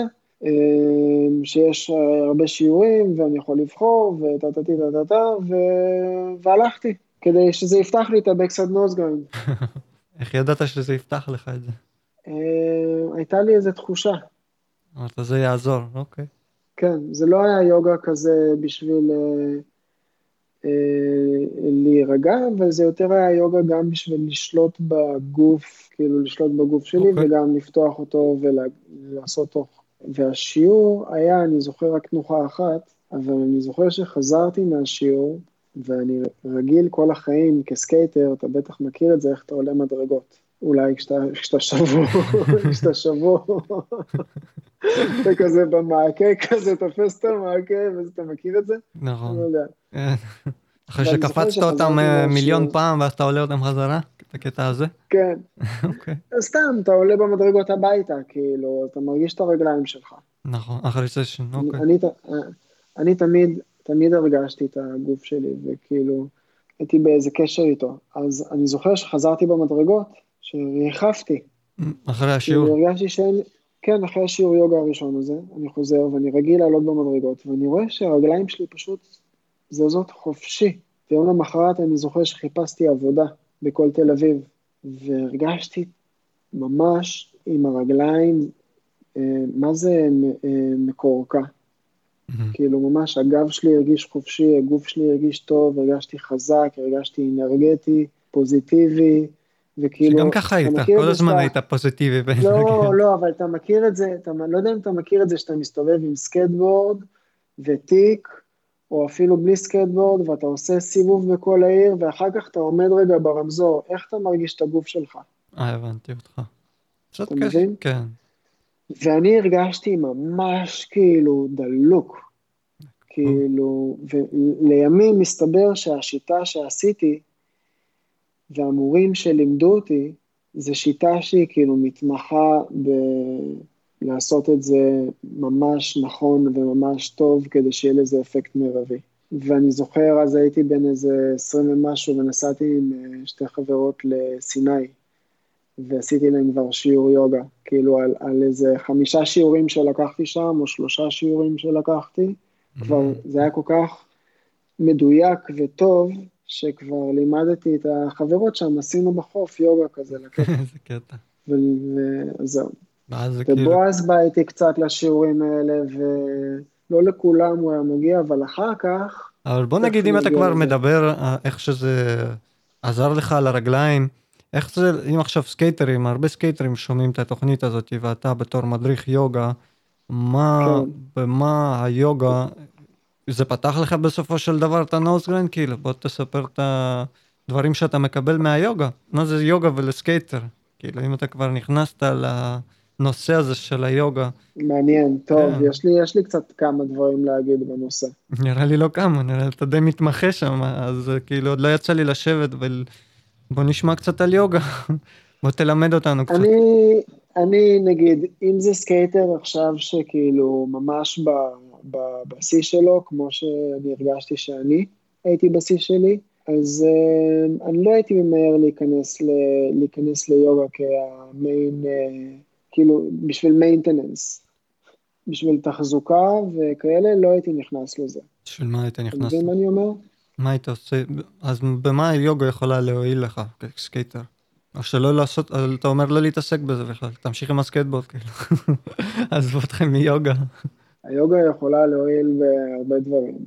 שיש הרבה שיעורים ואני יכול לבחור וטטטי טטטה והלכתי כדי שזה יפתח לי את ה-backside nose grind. איך ידעת שזה יפתח לך את זה? הייתה לי איזו תחושה. אמרת, זה יעזור, אוקיי. כן, זה לא היה יוגה כזה בשביל להירגע, אבל זה יותר היה יוגה גם בשביל לשלוט בגוף, כאילו לשלוט בגוף שלי, אוקיי. וגם לפתוח אותו ולעשות אותו. והשיעור היה, אני זוכר רק תנוחה אחת, אבל אני זוכר שחזרתי מהשיעור, ואני רגיל כל החיים כסקייטר, אתה בטח מכיר את זה, איך אתה עולה מדרגות. אולי כשאתה, כשאתה שבוע, כשאתה שבוע, אתה כזה במעקה, כזה תופס את המעקה, ואתה מכיר את זה? נכון. אני לא יודע. אחרי ואני זוכר שקפצת שחזרתי אותם אה, מהשיעור. מיליון פעם, ואז אתה עולה אותם חזרה, בקטע הזה? כן. אוקיי. אז סתם, אתה עולה במדרגות הביתה, כאילו, אתה מרגיש את הרגליים שלך. נכון, אחרי סשן, אני, אוקיי. אני, אני תמיד, תמיד הרגשתי את הגוף שלי, וכאילו, הייתי באיזה קשר איתו. אז אני זוכר שחזרתי במדרגות, שהרחפתי. אחרי השיעור. כאילו, הרגשתי שאין, כן, אחרי השיעור יוגה הראשון הזה, אני חוזר, ואני רגיל לעלות במדרגות, ואני רואה שהרגליים שלי פשוט זזות חופשי. ויום למחרת אני זוכר שחיפשתי עבודה בכל תל אביב, והרגשתי ממש עם הרגליים, מה זה מקורקע? כאילו ממש הגב שלי הרגיש חופשי, הגוף שלי הרגיש טוב, הרגשתי חזק, הרגשתי אנרגטי, פוזיטיבי, וכאילו... שגם ככה היית, כל הזמן היית פוזיטיבי ואנרגטי. לא, לא, אבל אתה מכיר את זה, אתה, לא יודע אם אתה מכיר את זה שאתה מסתובב עם סקייטבורד וטיק, או אפילו בלי סקייטבורד, ואתה עושה סיבוב בכל העיר, ואחר כך אתה עומד רגע ברמזור, איך אתה מרגיש את הגוף שלך? אה, הבנתי אותך. אתה מבין? כן. ואני הרגשתי ממש כאילו דלוק, כאילו, ולימים מסתבר שהשיטה שעשיתי, והמורים שלימדו אותי, זה שיטה שהיא כאילו מתמחה בלעשות את זה ממש נכון וממש טוב, כדי שיהיה לזה אפקט מרבי. ואני זוכר, אז הייתי בין איזה עשרים ומשהו, ונסעתי עם שתי חברות לסיני, ועשיתי להם כבר שיעור יוגה, כאילו על, על איזה חמישה שיעורים שלקחתי שם, או שלושה שיעורים שלקחתי, mm-hmm. כבר זה היה כל כך מדויק וטוב, שכבר לימדתי את החברות שם, עשינו בחוף יוגה כזה, לקטע. איזה קטע. וזהו. ובועז בא איתי קצת לשיעורים האלה, ולא לכולם הוא היה מגיע, אבל אחר כך... אבל בוא נגיד, אם אתה כבר מדבר, איך שזה עזר לך על הרגליים, איך זה, אם עכשיו סקייטרים, הרבה סקייטרים שומעים את התוכנית הזאת, ואתה בתור מדריך יוגה, מה, כן. במה היוגה, זה פתח לך בסופו של דבר את הנוסגרן, כאילו, בוא תספר את הדברים שאתה מקבל מהיוגה, מה זה יוגה ולסקייטר, כאילו, אם אתה כבר נכנסת לנושא הזה של היוגה. מעניין, טוב, כן. יש לי, יש לי קצת כמה דברים להגיד בנושא. נראה לי לא כמה, נראה לי, אתה די מתמחה שם, אז כאילו, עוד לא יצא לי לשבת ול... בוא נשמע קצת על יוגה, בוא תלמד אותנו קצת. אני, אני נגיד, אם זה סקייטר עכשיו שכאילו ממש ב, ב, בשיא שלו, כמו שאני הרגשתי שאני הייתי בשיא שלי, אז uh, אני לא הייתי ממהר להיכנס, ל, להיכנס ליוגה כהמיין, uh, כאילו בשביל מיינטננס, בשביל תחזוקה וכאלה, לא הייתי נכנס לזה. בשביל מה היית נכנס? זה מה אני אומר? מה היית עושה? אז במה היוגה יכולה להועיל לך כסקייטר? או שלא לעשות, אתה אומר לא להתעסק בזה בכלל, תמשיך עם הסקייטבורד כאילו. עזבו אתכם מיוגה. היוגה יכולה להועיל בהרבה דברים,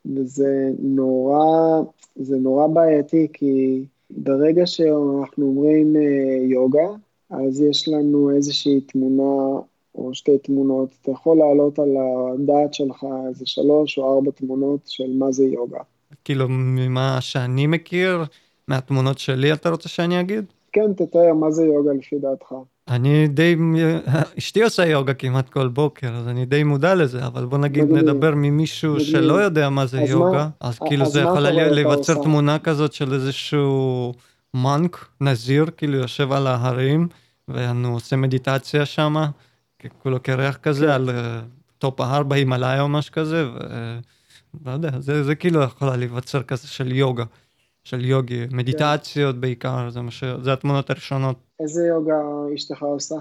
וזה נורא, זה נורא בעייתי, כי ברגע שאנחנו אומרים יוגה, אז יש לנו איזושהי תמונה או שתי תמונות, אתה יכול לעלות על הדעת שלך איזה שלוש או ארבע תמונות של מה זה יוגה. כאילו ממה שאני מכיר, מהתמונות שלי אתה רוצה שאני אגיד? כן, תתאר מה זה יוגה לפי דעתך. אני די, אשתי עושה יוגה כמעט כל בוקר, אז אני די מודע לזה, אבל בוא נגיד נדבר ממישהו שלא יודע מה זה יוגה, אז כאילו זה יכול להיווצר תמונה כזאת של איזשהו מונק, נזיר, כאילו יושב על ההרים, ואנו עושה מדיטציה שם, כאילו קרח כזה על טופ ההר בהימאליה או משהו כזה, ולא יודע, זה כאילו יכול להיווצר כזה של יוגה. של יוגי, מדיטציות בעיקר, זה, מש... זה התמונות הראשונות. איזה יוגה אשתך עושה?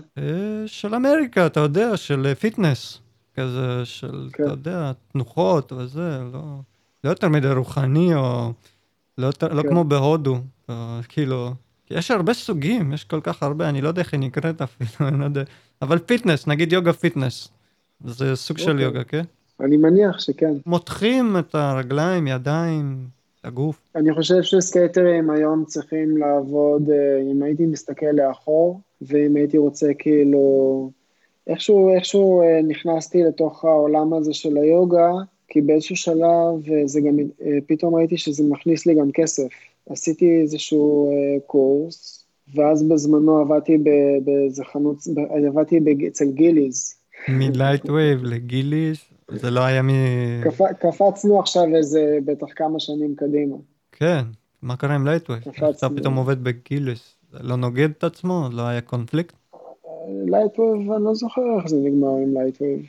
של אמריקה, אתה יודע, של פיטנס, כזה של, כן. אתה יודע, תנוחות וזה, לא, לא יותר מדי רוחני, או לא, יותר, כן. לא כמו בהודו, או, כאילו, יש הרבה סוגים, יש כל כך הרבה, אני לא יודע איך היא נקראת אפילו, אני לא יודע, אבל פיטנס, נגיד יוגה פיטנס, זה סוג אוקיי. של יוגה, כן? אני מניח שכן. מותחים את הרגליים, ידיים, את הגוף. אני חושב שסקייטרים היום צריכים לעבוד, אם הייתי מסתכל לאחור, ואם הייתי רוצה כאילו, איכשהו, איכשהו נכנסתי לתוך העולם הזה של היוגה, כי באיזשהו שלב, זה גם, פתאום ראיתי שזה מכניס לי גם כסף. עשיתי איזשהו קורס, ואז בזמנו עבדתי באיזה חנות, עבדתי אצל גיליז. מלייטווייב לגיליז, זה לא היה מ... קפצנו עכשיו איזה, בטח כמה שנים קדימה. כן, מה קרה עם לייטווייב? אתה פתאום עובד בגיליז, זה לא נוגד את עצמו? לא היה קונפליקט? לייטווייב, אני לא זוכר איך זה נגמר עם לייטווייב.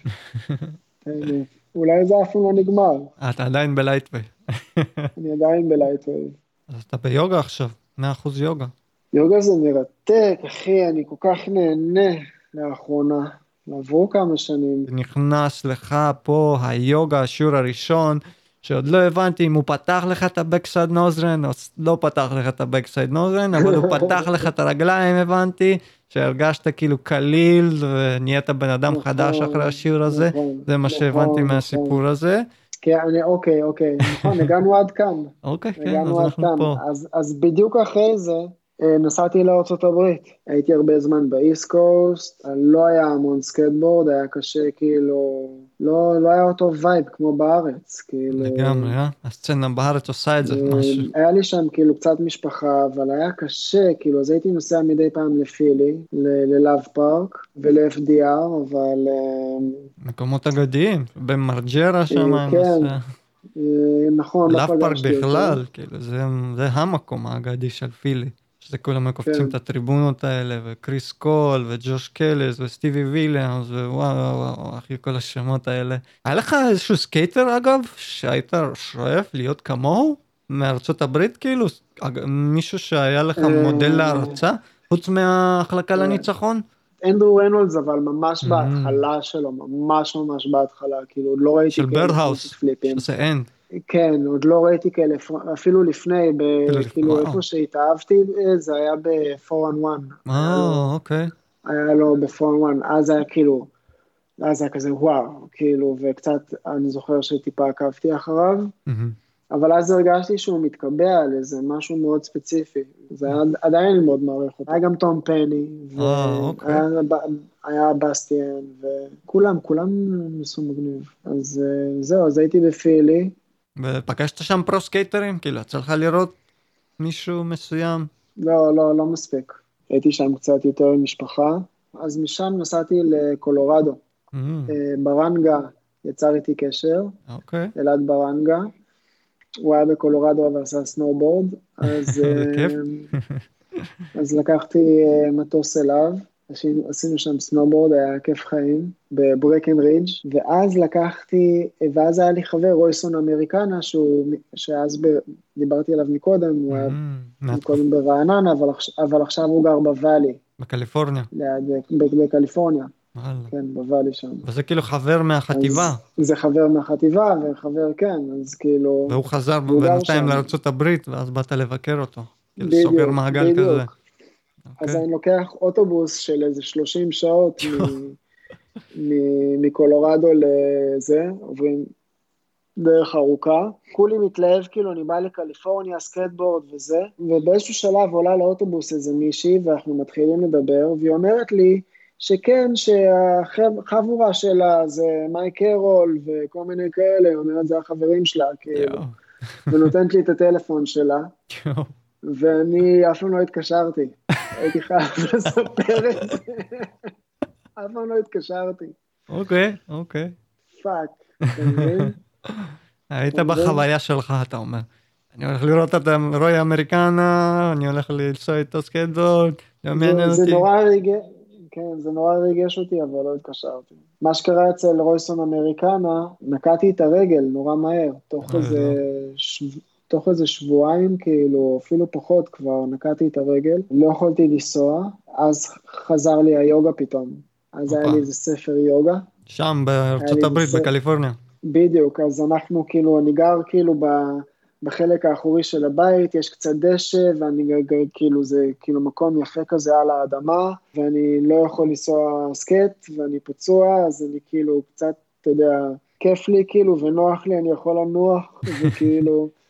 אולי זה אפילו לא נגמר. אתה עדיין בלייטווייב. אני עדיין בלייטווייב. אז אתה ביוגה עכשיו, מאה אחוז יוגה. יוגה זה מרתק, אחי, אני כל כך נהנה לאחרונה. עברו כמה שנים. נכנס לך פה היוגה, השיעור הראשון, שעוד לא הבנתי אם הוא פתח לך את הבקסייד נוזרן, או לא פתח לך את הבקסייד נוזרן, אבל הוא פתח לך את הרגליים, הבנתי, שהרגשת כאילו קליל, ונהיית בן אדם חדש אחרי השיעור הזה, זה מה שהבנתי מהסיפור הזה. כן, אוקיי, אוקיי, נכון, הגענו עד כאן. אוקיי, כן, אז אנחנו פה. אז בדיוק אחרי זה, נסעתי לארצות הברית, הייתי הרבה זמן באיסט קוסט, לא היה המון סקייטבורד, היה קשה כאילו, לא, לא היה אותו וייב כמו בארץ, כאילו. לגמרי, אה? הסצנה בארץ עושה את זה משהו. היה לי שם כאילו קצת משפחה, אבל היה קשה, כאילו, אז הייתי נוסע מדי פעם לפילי, ללאב פארק ול-אף די אר, אבל... מקומות אגדיים, במרג'רה שם. כן. נכון, לאב פארק בכלל, כאילו, זה המקום האגדי של פילי. שזה כולם מקופצים את הטריבונות האלה, וקריס קול, וג'וש קלס, וסטיבי וילאמס, ווואו, וואו, אחי, כל השמות האלה. היה לך איזשהו סקייטר, אגב, שהיית שואף להיות כמוהו? מארצות הברית, כאילו? מישהו שהיה לך מודל להרצה? חוץ מההחלקה לניצחון? אנדרו רנולדס, אבל ממש בהתחלה שלו, ממש ממש בהתחלה, כאילו, לא ראיתי של ברדהאוס, שזה אנד. כן, עוד לא ראיתי כאלה, אפילו לפני, כאילו איפה שהתאהבתי, זה היה ב-פור אן וואן. אה, אוקיי. היה לו ב-פור אן וואן, אז היה כאילו, אז היה כזה וואו, כאילו, וקצת אני זוכר שטיפה עקבתי אחריו, אבל אז הרגשתי שהוא מתקבע על איזה משהו מאוד ספציפי, זה עדיין מאוד מעריך אותו. היה גם תום פני, והיה בסטיאן, וכולם, כולם ניסו מגניב. אז זהו, אז הייתי בפילי, ופגשת שם פרו סקייטרים? כאילו, צריך לראות מישהו מסוים? לא, לא, לא מספיק. הייתי שם קצת יותר עם משפחה, אז משם נסעתי לקולורדו. Mm. ברנגה יצר איתי קשר, אוקיי. okay. אלעד ברנגה, הוא היה בקולורדו ועשה סנובורד, אז, אז לקחתי מטוס אליו, עשינו, עשינו שם סנובורד, היה כיף חיים, בברקן רידג', ואז לקחתי, ואז היה לי חבר, רויסון אמריקנה, שהוא, שאז ב, דיברתי עליו מקודם, mm, הוא היה מקודם ברעננה, אבל, אבל עכשיו הוא גר בוואלי. בקליפורניה. ליד, בקליפורניה. כן, בוואלי שם. וזה כאילו חבר מהחטיבה. אז, זה חבר מהחטיבה, וחבר, כן, אז כאילו... והוא חזר בינתיים לארצות הברית, ואז באת לבקר אותו. כאילו בדיוק, סוגר מעגל בדיוק. כזה. אז okay. אני לוקח אוטובוס של איזה שלושים שעות מקולורדו לזה, עוברים דרך ארוכה. כולי מתלהב, כאילו אני בא לקליפורניה, סקייטבורד וזה, ובאיזשהו שלב עולה לאוטובוס איזה מישהי, ואנחנו מתחילים לדבר, והיא אומרת לי שכן, שהחבורה שלה זה מייק קרול וכל מיני כאלה, היא אומרת זה החברים שלה, כאילו, ונותנת לי את הטלפון שלה. ואני אף פעם לא התקשרתי, הייתי חייב לספר את זה, אף פעם לא התקשרתי. אוקיי, אוקיי. פאק, אתה מבין? היית בחוויה שלך, אתה אומר. אני הולך לראות את רוי אמריקנה, אני הולך לנסוע איתו סקייטבורד, זה נורא ריגש, כן, זה נורא ריגש אותי, אבל לא התקשרתי. מה שקרה אצל רויסון אמריקנה, נקעתי את הרגל נורא מהר, תוך איזה... תוך איזה שבועיים, כאילו, אפילו פחות כבר, נקעתי את הרגל, לא יכולתי לנסוע, אז חזר לי היוגה פתאום. אז היה לי איזה ספר יוגה. שם, בארצות הברית, בקליפורניה. בדיוק, אז אנחנו, כאילו, אני גר, כאילו, בחלק האחורי של הבית, יש קצת דשא, ואני גר, כאילו, זה, כאילו, מקום יפה כזה על האדמה, ואני לא יכול לנסוע סקט, ואני פצוע, אז אני, כאילו, קצת, אתה יודע, כיף לי, כאילו, ונוח לי, אני יכול לנוח, וכאילו...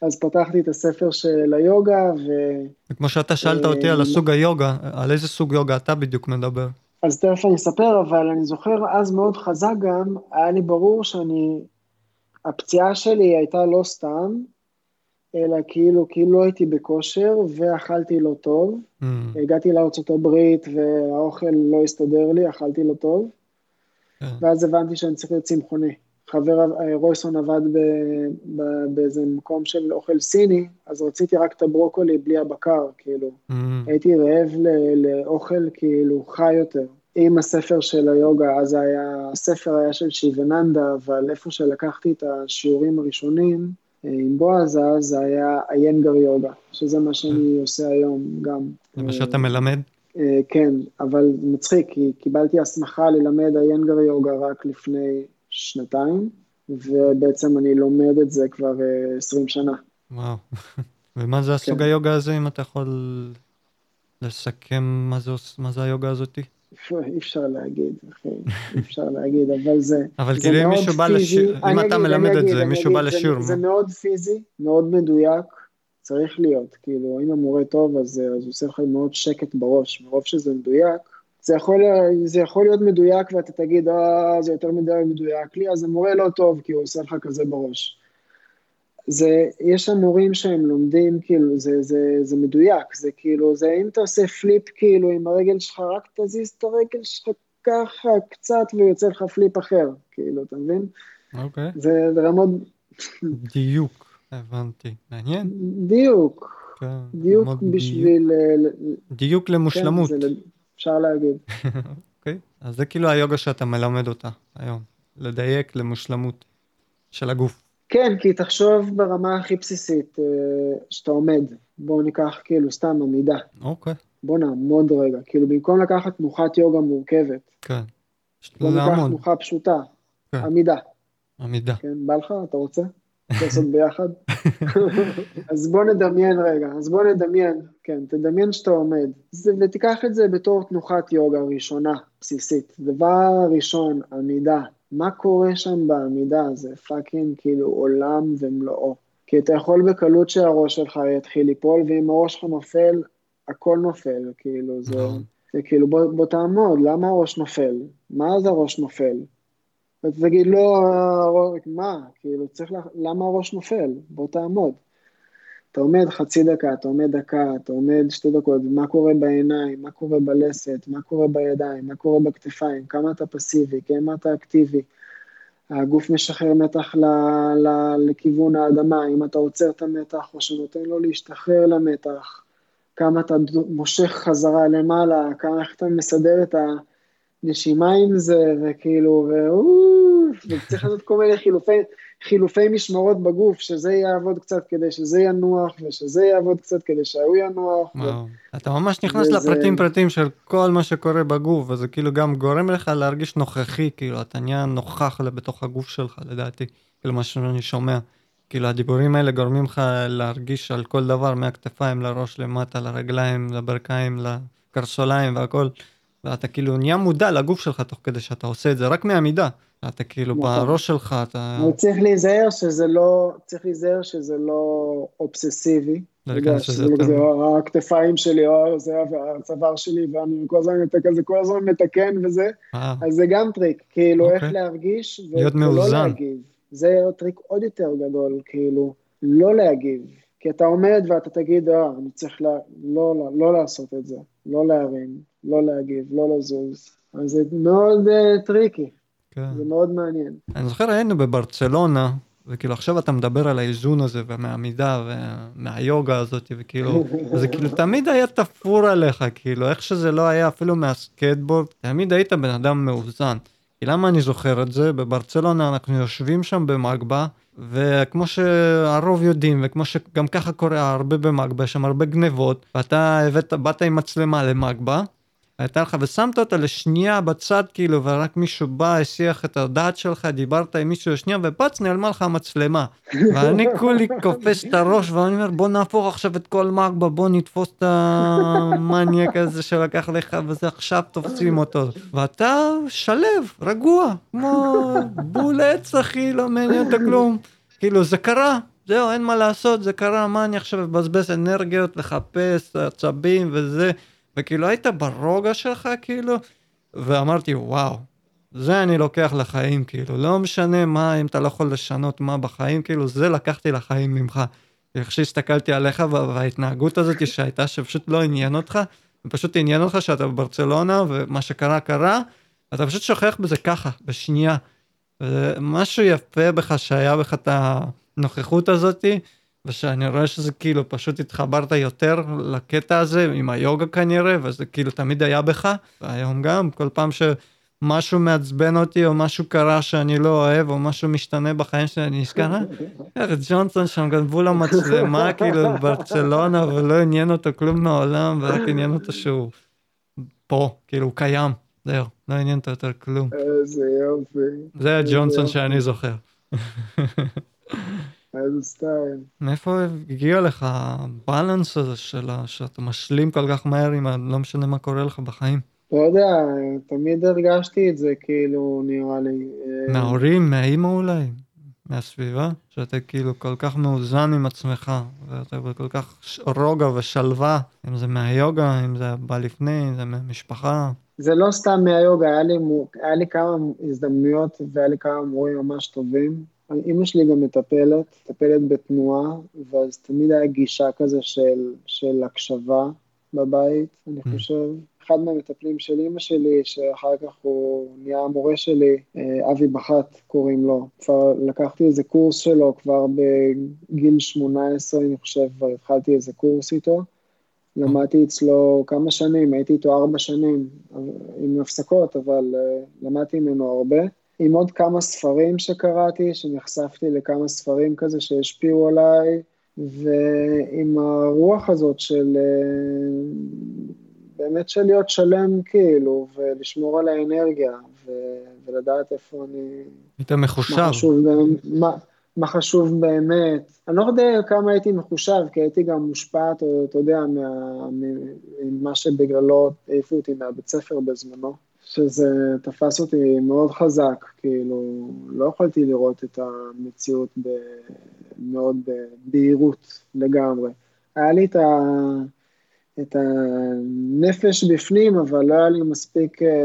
אז פתחתי את הספר של היוגה, ו... כמו שאתה שאלת אותי על הסוג היוגה, על איזה סוג יוגה אתה בדיוק מדבר? אז תכף אני אספר, אבל אני זוכר אז מאוד חזק גם, היה לי ברור שאני, הפציעה שלי הייתה לא סתם, אלא כאילו, כאילו לא הייתי בכושר, ואכלתי לא טוב. Mm. הגעתי לארצות הברית, והאוכל לא הסתדר לי, אכלתי לא טוב. Yeah. ואז הבנתי שאני צריך להיות צמחוני. חבר רויסון עבד ב, ב, באיזה מקום של אוכל סיני, אז רציתי רק את הברוקולי בלי הבקר, כאילו. Mm. הייתי רעב ל, לאוכל כאילו חי יותר. עם הספר של היוגה, אז היה, הספר היה של שיבננדה, אבל איפה שלקחתי את השיעורים הראשונים, עם בועז, אז זה היה איינגר יוגה, שזה מה שאני עושה היום גם. זה מה שאתה מלמד? כן, אבל מצחיק, כי קיבלתי הסמכה ללמד איינגר יוגה רק לפני שנתיים, ובעצם אני לומד את זה כבר עשרים שנה. וואו, ומה זה הסוג היוגה הזה, אם אתה יכול לסכם מה זה, מה זה היוגה הזאתי? אי אפשר להגיד, אחי, אי אפשר להגיד, אבל זה... אבל כאילו אם מישהו בא לשיר, אם אתה מלמד את זה, מישהו בא לשיר... זה מאוד פיזי, מאוד מדויק, צריך להיות, כאילו, אם המורה טוב, אז הוא עושה לך מאוד שקט בראש, מרוב שזה מדויק, זה יכול להיות מדויק, ואתה תגיד, אה, זה יותר מדי מדויק לי, אז המורה לא טוב, כי הוא עושה לך כזה בראש. זה, יש שם מורים שהם לומדים, כאילו, זה, זה, זה מדויק, זה כאילו, זה אם אתה עושה פליפ, כאילו, עם הרגל שלך, רק תזיז את הרגל שלך ככה קצת, ויוצא לך פליפ אחר, כאילו, אתה מבין? אוקיי. זה רמות... דיוק, הבנתי, מעניין. דיוק, כן, דיוק בשביל... דיוק למושלמות. כן, זה, אפשר להגיד. אוקיי, אז זה כאילו היוגה שאתה מלמד אותה היום, לדייק למושלמות של הגוף. כן, כי תחשוב ברמה הכי בסיסית, שאתה עומד, בואו ניקח כאילו סתם עמידה. אוקיי. בואו נעמוד רגע, כאילו במקום לקחת תנוחת יוגה מורכבת. כן. בואו ניקח תנוחה פשוטה, כן. עמידה. עמידה. כן, בא לך, אתה רוצה? אתה לעשות ביחד? אז בואו נדמיין רגע, אז בואו נדמיין, כן, תדמיין שאתה עומד, זה, ותיקח את זה בתור תנוחת יוגה ראשונה, בסיסית. דבר ראשון, עמידה. מה קורה שם בעמידה? זה פאקינג כאילו עולם ומלואו. כי אתה יכול בקלות שהראש שלך יתחיל ליפול, ואם הראש שלך נופל, הכל נופל, כאילו זה, זה כאילו בוא, בוא תעמוד, למה הראש נופל? מה זה הראש נופל? ואתה תגיד, לא, מה? כאילו צריך, לה, למה הראש נופל? בוא תעמוד. אתה עומד חצי דקה, אתה עומד דקה, אתה עומד שתי דקות, מה קורה בעיניים, מה קורה בלסת, מה קורה בידיים, מה קורה בכתפיים, כמה אתה פסיבי, כמה אתה אקטיבי, הגוף משחרר מתח ל, ל, לכיוון האדמה, אם אתה עוצר את המתח או שנותן לו להשתחרר למתח, כמה אתה מושך חזרה למעלה, כמה איך אתה מסדר את הנשימה עם זה, וכאילו, וצריך לעשות כל מיני חילופי, חילופי משמרות בגוף, שזה יעבוד קצת כדי שזה ינוח, ושזה יעבוד קצת כדי שהוא ינוח. אתה ממש נכנס לפרטים פרטים של כל מה שקורה בגוף, וזה כאילו גם גורם לך להרגיש נוכחי, כאילו אתה נהיה נוכח בתוך הגוף שלך, לדעתי, כאילו מה שאני שומע. כאילו הדיבורים האלה גורמים לך להרגיש על כל דבר, מהכתפיים לראש, למטה, לרגליים, לברכיים, לקרסוליים והכל, ואתה כאילו נהיה מודע לגוף שלך תוך כדי שאתה עושה את זה, רק מהעמידה. אתה כאילו בראש שלך, אתה... צריך להיזהר שזה לא, צריך להיזהר שזה לא אובססיבי. זה הכתפיים שלי, זה הצוואר שלי, ואני כל הזמן מתקן, זה כל הזמן מתקן וזה, אז זה גם טריק, כאילו איך להרגיש ולא להגיב. זה טריק עוד יותר גדול, כאילו, לא להגיב. כי אתה עומד ואתה תגיד, אה, אני צריך לא לעשות את זה, לא להרים, לא להגיב, לא לזוז. אז זה מאוד טריקי. זה מאוד מעניין. אני זוכר, היינו בברצלונה, וכאילו עכשיו אתה מדבר על האיזון הזה, ומהעמידה, ומהיוגה הזאת, וכאילו, זה כאילו תמיד היה תפור עליך, כאילו, איך שזה לא היה אפילו מהסקייטבורד, תמיד היית בן אדם מאוזן. כי למה אני זוכר את זה? בברצלונה אנחנו יושבים שם במגבה, וכמו שהרוב יודעים, וכמו שגם ככה קורה הרבה במגבה, יש שם הרבה גנבות, ואתה הבאת, באת עם מצלמה למגבה, הייתה לך, ושמת אותה לשנייה בצד, כאילו, ורק מישהו בא, השיח את הדעת שלך, דיברת עם מישהו לשנייה, ובץ נעלמה לך המצלמה. ואני כולי קופץ את הראש, ואני אומר, בוא נהפוך עכשיו את כל מגבה, בוא נתפוס את המניאק הזה שלקח לך, וזה עכשיו תופסים אותו. ואתה שלב, רגוע, כמו בול עץ, אחי, לא מעניין את כלום. כאילו, זה קרה, זהו, אין מה לעשות, זה קרה, מה אני עכשיו מבזבז אנרגיות, לחפש עצבים וזה, וכאילו היית ברוגע שלך, כאילו, ואמרתי, וואו, זה אני לוקח לחיים, כאילו, לא משנה מה, אם אתה לא יכול לשנות מה בחיים, כאילו, זה לקחתי לחיים ממך. איך שהסתכלתי עליך, וההתנהגות הזאת שהייתה, שפשוט לא עניין אותך, ופשוט עניין אותך שאתה בברצלונה, ומה שקרה קרה, אתה פשוט שוכח בזה ככה, בשנייה. משהו יפה בך שהיה בך את הנוכחות הזאת, ושאני רואה שזה כאילו פשוט התחברת יותר לקטע הזה עם היוגה כנראה, וזה כאילו תמיד היה בך, והיום גם כל פעם שמשהו מעצבן אותי או משהו קרה שאני לא אוהב או משהו משתנה בחיים שלי, אני נזכר, אה, ג'ונסון שם גנבו לו מצלמה כאילו ברצלונה ולא עניין אותו כלום מעולם, ורק עניין אותו שהוא פה, כאילו הוא קיים. זהו, לא עניין אותו יותר כלום. איזה יופי. זה הג'ונסון שאני זוכר. איזה סטייל. מאיפה הגיע לך הבלנס הזה שלה, שאתה משלים כל כך מהר עם לא משנה מה קורה לך בחיים? לא יודע, תמיד הרגשתי את זה, כאילו, נראה לי. מההורים, מהאימא אולי? מהסביבה? שאתה כאילו כל כך מאוזן עם עצמך, ואתה בכל כך רוגע ושלווה, אם זה מהיוגה, אם זה בא לפני, אם זה מהמשפחה. זה לא סתם מהיוגה, היה לי, היה לי כמה הזדמנויות והיה לי כמה מורים ממש טובים. אמא שלי גם מטפלת, מטפלת בתנועה, ואז תמיד היה גישה כזה של, של הקשבה בבית, אני חושב. אחד מהמטפלים של אמא שלי, שאחר כך הוא נהיה המורה שלי, אבי בחת קוראים לו. כבר לקחתי איזה קורס שלו, כבר בגיל שמונה עשרה, אני חושב, כבר התחלתי איזה קורס איתו. למדתי אצלו כמה שנים, הייתי איתו ארבע שנים, עם הפסקות, אבל למדתי ממנו הרבה. עם עוד כמה ספרים שקראתי, שנחשפתי לכמה ספרים כזה שהשפיעו עליי, ועם הרוח הזאת של, באמת של להיות שלם כאילו, ולשמור על האנרגיה, ו, ולדעת איפה אני... היית מחושב. מה חשוב, מה, מה חשוב באמת. אני לא יודע כמה הייתי מחושב, כי הייתי גם מושפעת, אתה יודע, ממה שבגללו העיפו אותי מהבית ספר בזמנו. שזה תפס אותי מאוד חזק, כאילו, לא יכולתי לראות את המציאות ב... מאוד בהירות לגמרי. היה לי את, ה... את הנפש בפנים, אבל לא היה לי מספיק אה...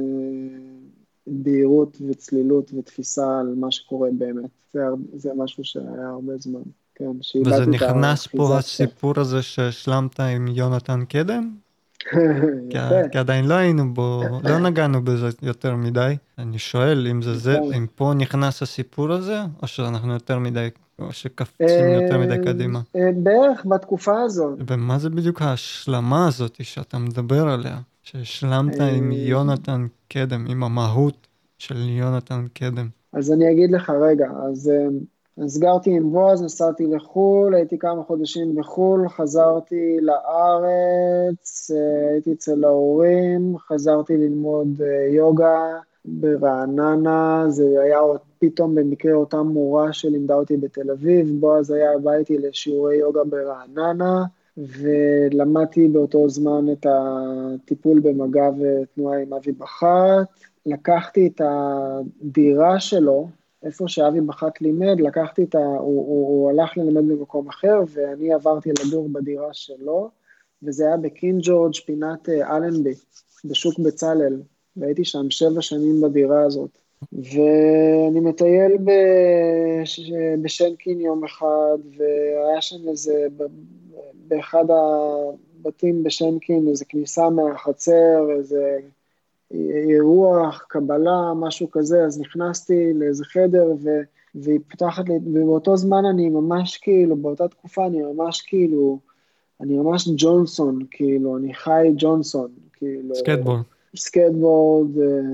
בהירות וצלילות ותפיסה על מה שקורה באמת. זה, זה משהו שהיה הרבה זמן, כן, וזה נכנס פה הסיפור הזה שהשלמת עם יונתן קדם? כי עדיין לא היינו בו, לא נגענו בזה יותר מדי. אני שואל אם זה זה, אם פה נכנס הסיפור הזה, או שאנחנו יותר מדי, או שקפצים יותר מדי קדימה. בערך בתקופה הזאת. ומה זה בדיוק ההשלמה הזאת שאתה מדבר עליה? שהשלמת עם יונתן קדם, עם המהות של יונתן קדם. אז אני אגיד לך רגע, אז... אז גרתי עם בועז, נסעתי לחול, הייתי כמה חודשים בחול, חזרתי לארץ, הייתי אצל ההורים, חזרתי ללמוד יוגה ברעננה, זה היה פתאום במקרה אותה מורה שלימדה אותי בתל אביב, בועז היה הביתי לשיעורי יוגה ברעננה, ולמדתי באותו זמן את הטיפול במגע ותנועה עם אבי בחת, לקחתי את הדירה שלו, איפה שאבי בחת לימד, לקחתי את ה... הוא, הוא, הוא הלך ללמד במקום אחר, ואני עברתי לגור בדירה שלו, וזה היה בקינג ג'ורג' פינת אלנבי, בשוק בצלאל, והייתי שם שבע שנים בדירה הזאת. ואני מטייל בש... בשנקין יום אחד, והיה שם איזה, באחד הבתים בשנקין, איזה כניסה מהחצר, איזה... אירוח, קבלה, משהו כזה, אז נכנסתי לאיזה חדר, ו... והיא פתחת לי, ובאותו זמן אני ממש כאילו, באותה תקופה אני ממש כאילו, אני ממש ג'ונסון, כאילו, אני חי ג'ונסון, כאילו... סקייטבורד. סקייטבורד,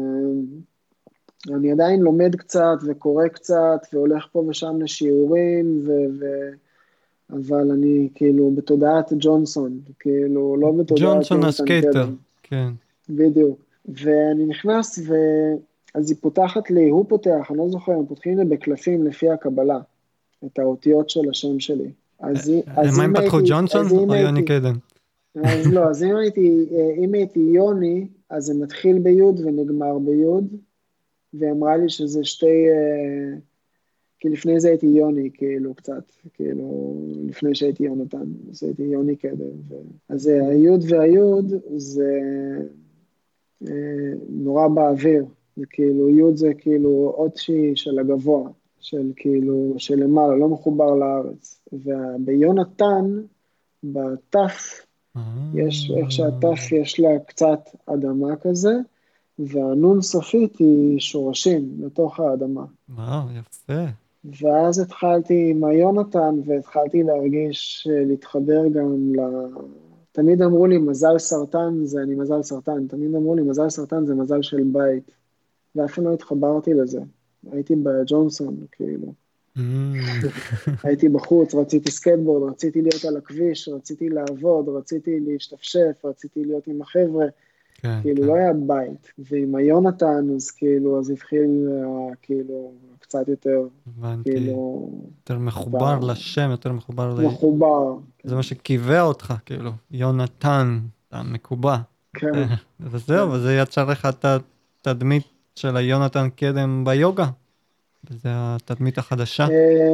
אני עדיין לומד קצת וקורא קצת, והולך פה ושם לשיעורים, ו... ו... אבל אני כאילו בתודעת ג'ונסון, כאילו, לא בתודעת... ג'ונסון הסקייטר, כן. בדיוק. ואני נכנס, ואז היא פותחת לי, הוא פותח, אני לא זוכר, הם פותחים לי בקלפים לפי הקבלה, את האותיות של השם שלי. מה הם פתחו, ג'ונסון או יוני קדם? אז לא, אז אם הייתי, אם הייתי יוני, אז זה מתחיל ביוד ונגמר ביוד, ואמרה לי שזה שתי, כי לפני זה הייתי יוני, כאילו, קצת, כאילו, לפני שהייתי יונתן, אז הייתי יוני קדם. ו... אז היוד והיוד זה אה, נורא באוויר, זה כאילו, יוד זה כאילו עוד שהיא של הגבוה, של כאילו, של למעלה, לא מחובר לארץ. וביונתן, בתף, יש, איך שהתף יש לה קצת אדמה כזה, והנון סופית היא שורשים לתוך האדמה. וואו, יפה. ואז התחלתי עם היונתן, והתחלתי להרגיש, להתחבר גם ל... תמיד אמרו לי, מזל סרטן זה אני מזל סרטן, תמיד אמרו לי, מזל סרטן זה מזל של בית, ואף לא התחברתי לזה. הייתי בג'ונסון, כאילו. הייתי בחוץ, רציתי סקייטבורד, רציתי להיות על הכביש, רציתי לעבוד, רציתי להשתפשף, רציתי להיות עם החבר'ה, כן, כאילו כן. לא היה בית. ועם היונתן, אז כאילו, אז התחיל כאילו קצת יותר, הבנתי. כאילו... יותר מחובר ב... לשם, יותר מחובר ל... מחובר. זה מה שקיווה אותך, כאילו. יונתן, אתה מקובע. כן. וזהו, וזה יצר לך את התדמית של היונתן קדם ביוגה. וזה התדמית החדשה.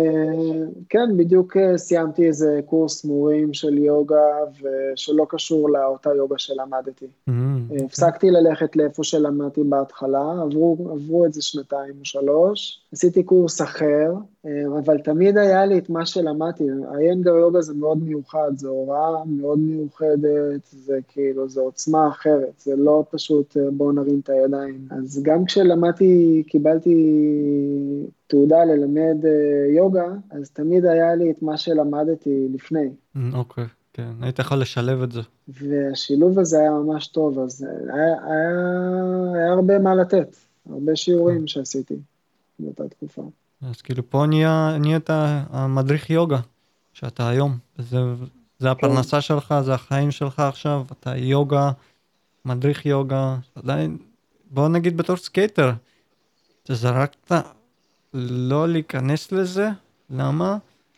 כן, בדיוק סיימתי איזה קורס מורים של יוגה, ושלא קשור לאותה יוגה שלמדתי. הפסקתי ללכת לאיפה שלמדתי בהתחלה, עברו, עברו את זה שנתיים או שלוש, עשיתי קורס אחר, אבל תמיד היה לי את מה שלמדתי. האיינגר יוגה זה מאוד מיוחד, זה הוראה מאוד מיוחדת, זה כאילו, זה עוצמה אחרת, זה לא פשוט בוא נרים את הידיים. אז גם כשלמדתי, קיבלתי תעודה ללמד יוגה, אז תמיד היה לי את מה שלמדתי לפני. אוקיי, כן, היית יכול לשלב את זה. והשילוב הזה היה ממש טוב, אז היה, היה, היה הרבה מה לתת, הרבה שיעורים שעשיתי באותה תקופה. אז כאילו פה נהיה, נהיית המדריך יוגה, שאתה היום, וזה, זה הפרנסה שלך, זה החיים שלך עכשיו, אתה יוגה, מדריך יוגה, עדיין, בוא נגיד בתור סקייטר, אתה זרקת לא להיכנס לזה, למה?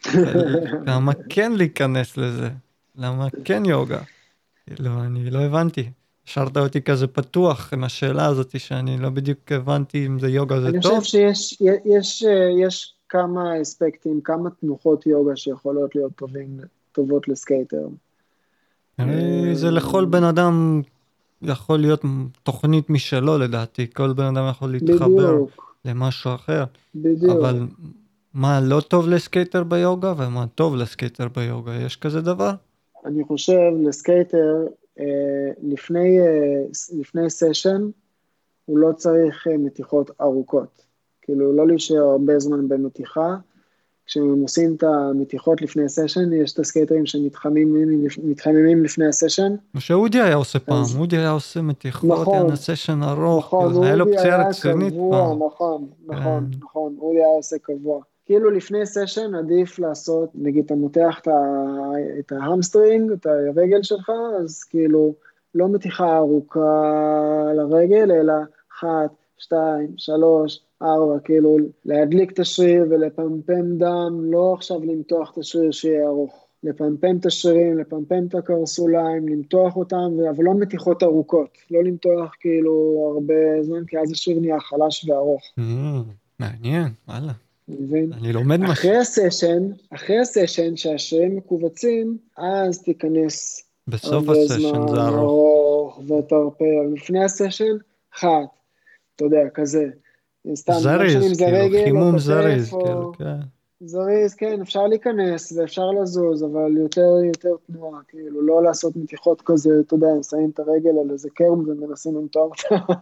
למה כן להיכנס לזה? למה כן יוגה? כאילו, אני לא הבנתי. השארת אותי כזה פתוח עם השאלה הזאת, שאני לא בדיוק הבנתי אם זה יוגה זה אני טוב. אני חושב שיש יש, יש כמה אספקטים, כמה תנוחות יוגה שיכולות להיות טובים, טובות לסקייטר. זה לכל בן אדם יכול להיות תוכנית משלו לדעתי, כל בן אדם יכול להתחבר בדיוק. למשהו אחר. בדיוק. אבל מה לא טוב לסקייטר ביוגה ומה טוב לסקייטר ביוגה? יש כזה דבר? אני חושב לסקייטר, לפני, לפני סשן, הוא לא צריך מתיחות ארוכות. כאילו, לא להישאר הרבה זמן במתיחה. כשהם עושים את המתיחות לפני סשן, יש את הסקייטרים שמתחממים לפני הסשן. מה שאודי היה עושה פעם, אודי היה עושה מתיחות, היה סשן ארוך, היה לו פציעה רצינית פעם. נכון, נכון, נכון, אודי היה עושה קבוע. כאילו לפני סשן עדיף לעשות, נגיד אתה מותח את ההמסטרינג, את הרגל שלך, אז כאילו לא מתיחה ארוכה לרגל, אלא אחת, שתיים, שלוש, ארבע, כאילו להדליק את השריר ולפמפם דם, לא עכשיו למתוח את השריר שיהיה ארוך, לפמפם את השרירים, לפמפם את הקרסוליים, למתוח אותם, אבל לא מתיחות ארוכות, לא למתוח כאילו הרבה זמן, כי אז השריר נהיה חלש וארוך. מעניין, וואלה. מבין? אני לומד משהו. אחרי הסשן, אחרי הסשן שהשרירים מקובצים, אז תיכנס בסוף הסשן זה ארוך ותרפה. לפני הסשן, אחת, אתה יודע, כזה. זריז, כאילו, חימום זריז, כאילו, כן. זריז, כן, אפשר להיכנס ואפשר לזוז, אבל יותר, יותר תנועה, כאילו, לא לעשות מתיחות כזה, אתה יודע, שמים את הרגל על איזה קרם ומנסים למתוח אותה.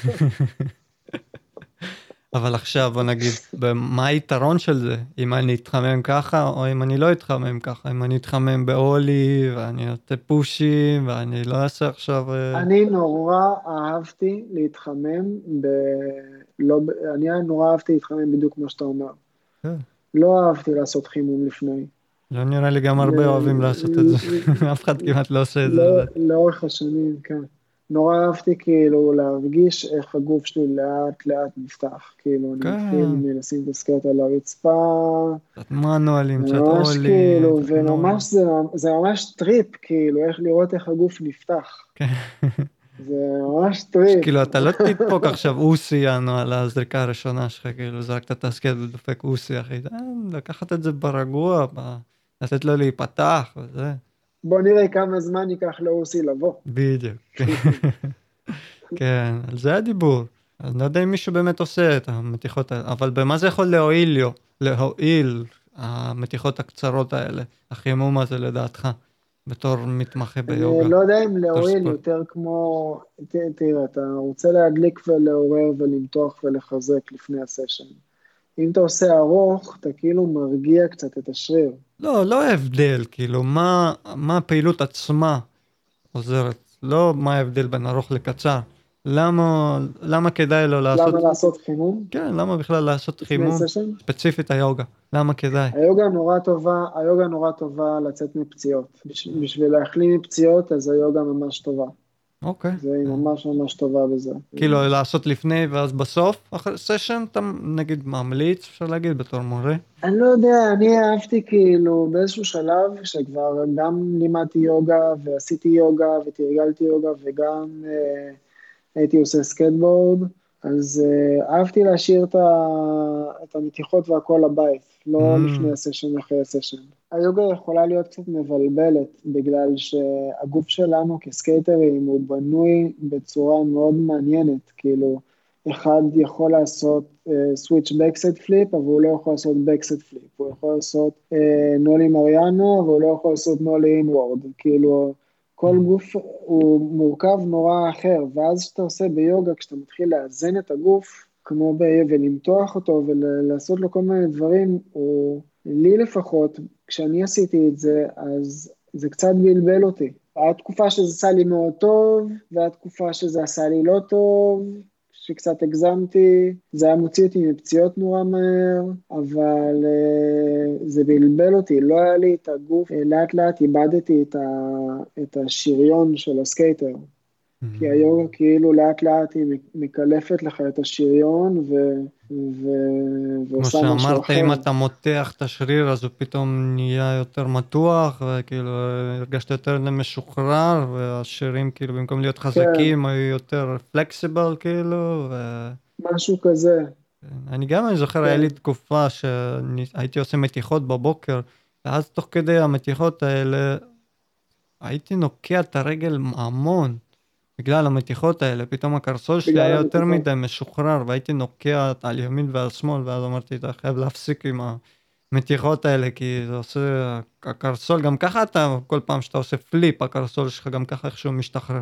אבל עכשיו בוא נגיד, מה היתרון של זה? אם אני אתחמם ככה, או אם אני לא אתחמם ככה? אם אני אתחמם באולי, ואני אעשה פושים, ואני לא אעשה עכשיו... אני נורא אהבתי להתחמם, ב... לא... אני נורא אהבתי להתחמם בדיוק כמו שאתה אומר. כן. לא אהבתי לעשות חימום לפני. לא נראה לי גם הרבה אוהבים לעשות את זה. אף אחד כמעט לא עושה את זה. לאורך השנים, כן. נורא אהבתי כאילו להרגיש איך הגוף שלי לאט לאט נפתח, כאילו אני מתחיל לשים את הסקייט על הרצפה, קצת מנואלים, קצת ממש אולי, כאילו, וממש זה, זה ממש טריפ, כאילו איך לראות איך הגוף נפתח. זה ממש טריפ. כאילו, אתה לא תדפוק עכשיו אוסי, יענו, על הזריקה הראשונה שלך, כאילו, זרקת את הסקט ודופק אוסי, אחי. לקחת את זה ברגוע, לתת לו להיפתח, וזה. בוא נראה כמה זמן ייקח לאוסי לבוא. בדיוק. כן, על זה הדיבור. אני לא יודע אם מישהו באמת עושה את המתיחות האלה, אבל במה זה יכול להועיל לו? להועיל המתיחות הקצרות האלה, החימום הזה לדעתך, בתור מתמחה ביוגה. אני לא יודע אם להועיל יותר כמו, תראה, אתה רוצה להדליק ולעורר ולמתוח ולחזק לפני הסשן. אם אתה עושה ארוך, אתה כאילו מרגיע קצת את השריר. לא, לא הבדל, כאילו, מה, מה הפעילות עצמה עוזרת? לא מה ההבדל בין ארוך לקצר. למה, למה כדאי לו לעשות... למה לעשות חימום? כן, למה בכלל לעשות חימום? סשן? ספציפית היוגה. למה כדאי? היוגה נורא טובה, היוגה נורא טובה לצאת מפציעות. בשביל, בשביל להחלים מפציעות, אז היוגה ממש טובה. אוקיי. זה ממש ממש טובה בזה. כאילו לעשות לפני ואז בסוף, אחרי סשן, אתה נגיד ממליץ, אפשר להגיד, בתור מורה? אני לא יודע, אני אהבתי כאילו באיזשהו שלב, שכבר גם לימדתי יוגה, ועשיתי יוגה, ותרגלתי יוגה, וגם אה, הייתי עושה סקייטבורד, אז אה, אהבתי להשאיר את, ה, את המתיחות והכל לבית, לא Mm. לפני הסשן, אחרי הסשן. היוגה יכולה להיות קצת מבלבלת, בגלל שהגוף שלנו כסקייטרים הוא בנוי בצורה מאוד מעניינת, כאילו, אחד יכול לעשות סוויץ' בקסט פליפ, אבל הוא לא יכול לעשות בקסט פליפ, הוא יכול לעשות uh, נולי מריאנו, אבל הוא לא יכול לעשות נולי אינוורד, כאילו כל גוף הוא מורכב נורא אחר, ואז שאתה עושה ביוגה, כשאתה מתחיל לאזן את הגוף, כמו ב... ולמתוח אותו ולעשות לו כל מיני דברים, הוא, לי לפחות, כשאני עשיתי את זה, אז זה קצת בלבל אותי. היה תקופה שזה עשה לי מאוד טוב, והיה תקופה שזה עשה לי לא טוב, שקצת הגזמתי, זה היה מוציא אותי מפציעות נורא מהר, אבל uh, זה בלבל אותי, לא היה לי את הגוף, uh, לאט לאט איבדתי את, ה, את השריון של הסקייטר, mm-hmm. כי היוגה כאילו לאט לאט היא מקלפת לך את השריון ו, ו, ועושה משהו אחר. כמו שאמרת, אם אתה מותח את השריר, אז הוא פתאום נהיה יותר מתוח, וכאילו הרגשת יותר משוחרר, והשרירים כאילו במקום להיות חזקים, כן. היו יותר פלקסיבל כאילו. ו... משהו כזה. אני גם אני זוכר, כן. היה לי תקופה שהייתי עושה מתיחות בבוקר, ואז תוך כדי המתיחות האלה, הייתי נוקע את הרגל המון. בגלל המתיחות האלה, פתאום הקרסול שלי היה יותר מדי משוחרר, והייתי נוקע על ימין ועל שמאל, ואז אמרתי, אתה חייב להפסיק עם המתיחות האלה, כי זה עושה, הקרסול, גם ככה אתה, כל פעם שאתה עושה פליפ, הקרסול שלך גם ככה איכשהו משתחרר.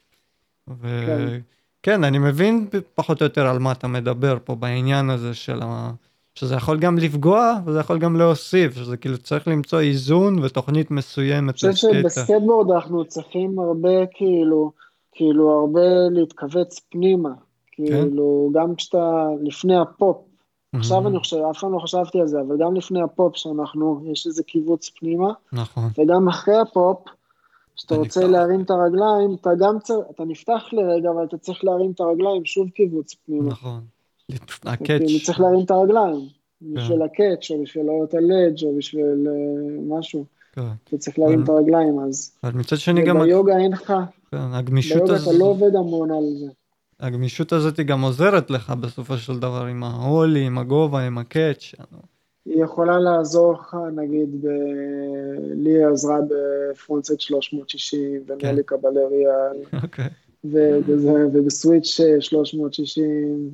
וכן, אני מבין פחות או יותר על מה אתה מדבר פה, בעניין הזה של ה... שזה יכול גם לפגוע, וזה יכול גם להוסיף, שזה כאילו צריך למצוא איזון ותוכנית מסוימת. אני חושב שבסקייטבורד אנחנו צריכים הרבה כאילו, כאילו הרבה להתכווץ פנימה, כאילו גם כשאתה לפני הפופ, עכשיו אני חושב, אף פעם לא חשבתי על זה, אבל גם לפני הפופ שאנחנו, יש איזה קיבוץ פנימה, נכון. וגם אחרי הפופ, כשאתה רוצה להרים את הרגליים, אתה גם צריך, אתה נפתח לרגע, אבל אתה צריך להרים את הרגליים, שוב קיבוץ פנימה. נכון. הקאץ'. אני צריך להרים את הרגליים, בשביל הקאץ' או בשביל לעלות הלדג' או בשביל משהו. אתה צריך להרים את הרגליים, אז... אבל מצד שני גם... ביוגה אין לך. ביוגה אתה לא עובד המון על זה. הגמישות הזאת היא גם עוזרת לך בסופו של דבר, עם ההולי, עם הגובה, עם הקאץ'. היא יכולה לעזור לך, נגיד, ב... לי עזרה בפרונטסט שלוש מאות שישים, ונלי קבלריה, ובסוויץ' שלוש מאות שישים,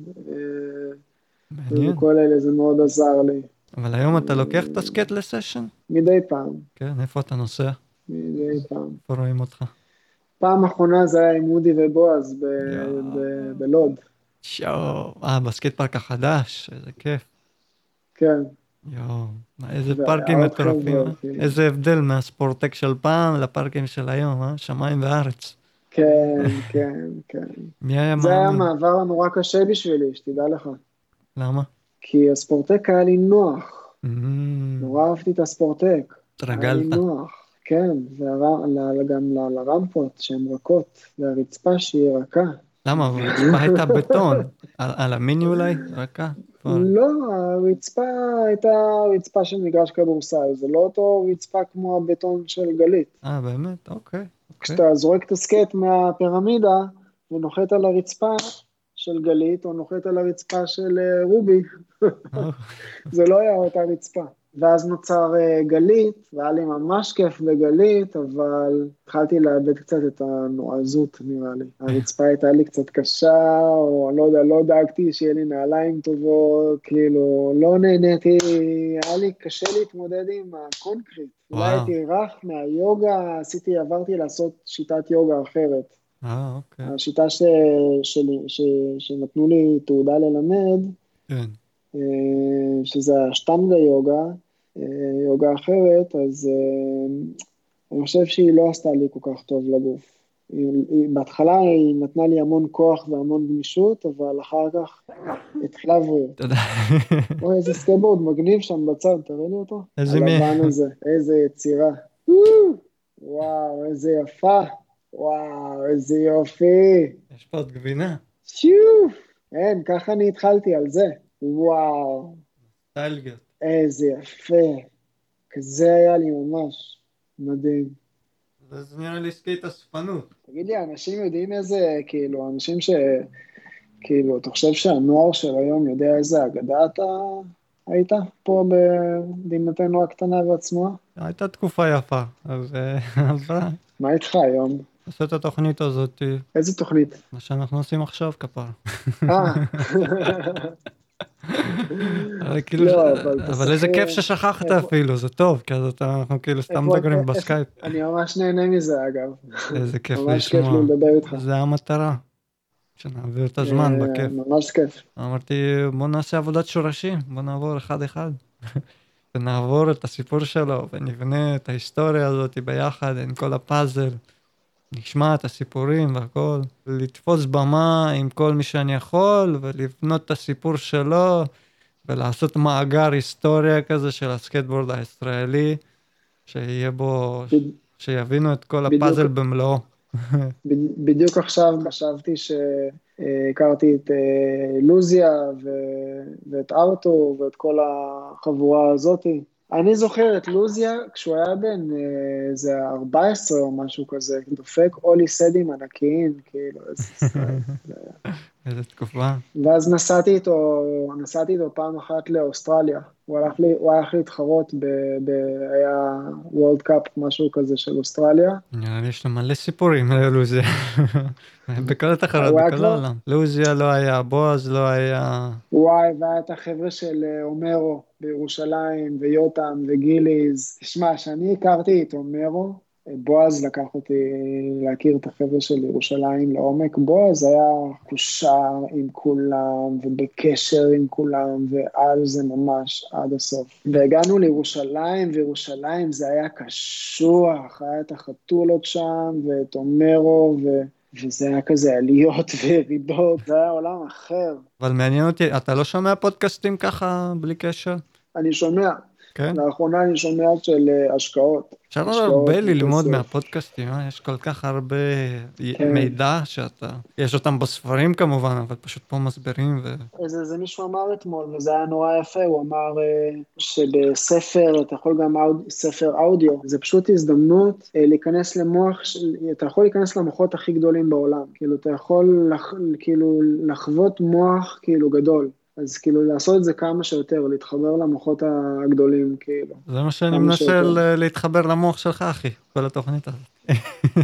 וכל אלה זה מאוד עזר לי. אבל היום אתה לוקח את הסקט לסשן? מדי פעם. כן, איפה אתה נוסע? מדי פעם. איפה רואים אותך? פעם אחרונה זה היה עם מודי ובועז בלוד. שואו, אה, בסקייט פארק החדש, איזה כיף. כן. יואו, איזה פארקים מטורפים, איזה הבדל מהספורטק של פעם לפארקים של היום, אה? שמיים וארץ. כן, כן, כן. מי היה מאמין? זה היה מעבר נורא קשה בשבילי, שתדע לך. למה? כי הספורטק היה לי נוח. נורא אהבתי את הספורטק. התרגלת. היה לי נוח. כן, וגם לרמפות שהן רכות, והרצפה שהיא רכה. למה? הרצפה הייתה בטון, על המיני אולי? רכה? לא, הרצפה הייתה רצפה של מגרש כדורסל, זה לא אותו רצפה כמו הבטון של גלית. אה, באמת? אוקיי. כשאתה זורק את הסקט מהפירמידה, ונוחת על הרצפה של גלית, או נוחת על הרצפה של אה, רובי. זה לא היה אותה רצפה. ואז נוצר uh, גלית, והיה לי ממש כיף בגלית, אבל התחלתי לאבד קצת את הנועזות, נראה לי. הרצפה הייתה לי קצת קשה, או אני לא יודע, לא דאגתי שיהיה לי נעליים טובות, כאילו, לא נהניתי, היה לי קשה להתמודד עם הקונקריט. אולי הייתי רך מהיוגה, עשיתי, עברתי לעשות שיטת יוגה אחרת. אה, אוקיי. השיטה ש, שלי, ש, שנתנו לי תעודה ללמד, כן. שזה השטנגה יוגה, יוגה אחרת, אז אני חושב שהיא לא עשתה לי כל כך טוב לגוף. בהתחלה היא נתנה לי המון כוח והמון גמישות, אבל אחר כך התחילה וריאות. תודה. אוי, איזה סקייטבורד מגניב שם בצד, תראה לי אותו? איזה מי? הלבן הזה, איזה יצירה. וואו, איזה יפה. וואו, איזה יופי. יש פה עוד גבינה. שיוף. אין, ככה אני התחלתי על זה. וואו. סטיילגיות. איזה יפה. כזה היה לי ממש מדהים. זה נראה לי סקייט אספנות. תגיד לי, אנשים יודעים איזה, כאילו, אנשים ש... כאילו, אתה חושב שהנוער של היום יודע איזה אגדה אתה היית פה במדינתנו הקטנה והצנועה? הייתה תקופה יפה, אז עברה. מה איתך היום? עושה את התוכנית הזאת. איזה תוכנית? מה שאנחנו עושים עכשיו, כפר. אה. אבל איזה כיף ששכחת אפילו, זה טוב, כי אז אנחנו כאילו סתם מדברים בסקייפ. אני ממש נהנה מזה אגב. איזה כיף לשמוע. ממש כיף לי לדבר איתך. זה המטרה, שנעביר את הזמן בכיף. ממש כיף. אמרתי בוא נעשה עבודת שורשים, בוא נעבור אחד אחד. ונעבור את הסיפור שלו ונבנה את ההיסטוריה הזאת ביחד עם כל הפאזל. נשמע את הסיפורים והכל, לתפוס במה עם כל מי שאני יכול, ולבנות את הסיפור שלו, ולעשות מאגר היסטוריה כזה של הסקייטבורד הישראלי, שיהיה בו, שיבינו את כל הפאזל במלואו. בדיוק עכשיו חשבתי שהכרתי את לוזיה ואת ארתור ואת כל החבורה הזאת. אני זוכר את לוזיה כשהוא היה בן איזה ארבע עשרה או משהו כזה, דופק אולי סדים ענקיים, כאילו, איזה ישראל. איזה תקופה. ואז נסעתי איתו, נסעתי איתו פעם אחת לאוסטרליה, הוא הלך לי, הוא הלך להתחרות ב, ב, היה וורלד קאפ, משהו כזה של אוסטרליה. נראה לי יש לו מלא סיפורים ללוזיה. בכל התחרות, בכל העולם. לוזיה לא היה, בועז לא היה. וואי, והיה את החבר'ה של אומרו בירושלים, ויותם וגיליז. תשמע, שאני הכרתי את אומרו, בועז לקח אותי להכיר את החבר'ה של ירושלים לעומק. בועז היה קושר עם כולם, ובקשר עם כולם, ועל זה ממש עד הסוף. והגענו לירושלים, וירושלים זה היה קשוח, היה את החתולות שם, ואת אומרו, ו... וזה היה כזה עליות וירידות, זה היה עולם אחר. אבל מעניין אותי, אתה לא שומע פודקאסטים ככה בלי קשר? אני שומע. כן? לאחרונה אני שומע של השקעות. אפשר הרבה ללמוד מהפודקאסטים, יש כל כך הרבה מידע שאתה, יש אותם בספרים כמובן, אבל פשוט פה מסברים. זה מישהו אמר אתמול, וזה היה נורא יפה, הוא אמר שבספר, אתה יכול גם ספר אודיו, זה פשוט הזדמנות להיכנס למוח, אתה יכול להיכנס למוחות הכי גדולים בעולם, כאילו אתה יכול לחוות מוח כאילו גדול. אז כאילו לעשות את זה כמה שיותר, להתחבר למוחות הגדולים, כאילו. זה מה שאני מנסה להתחבר למוח שלך, אחי, כל התוכנית הזאת.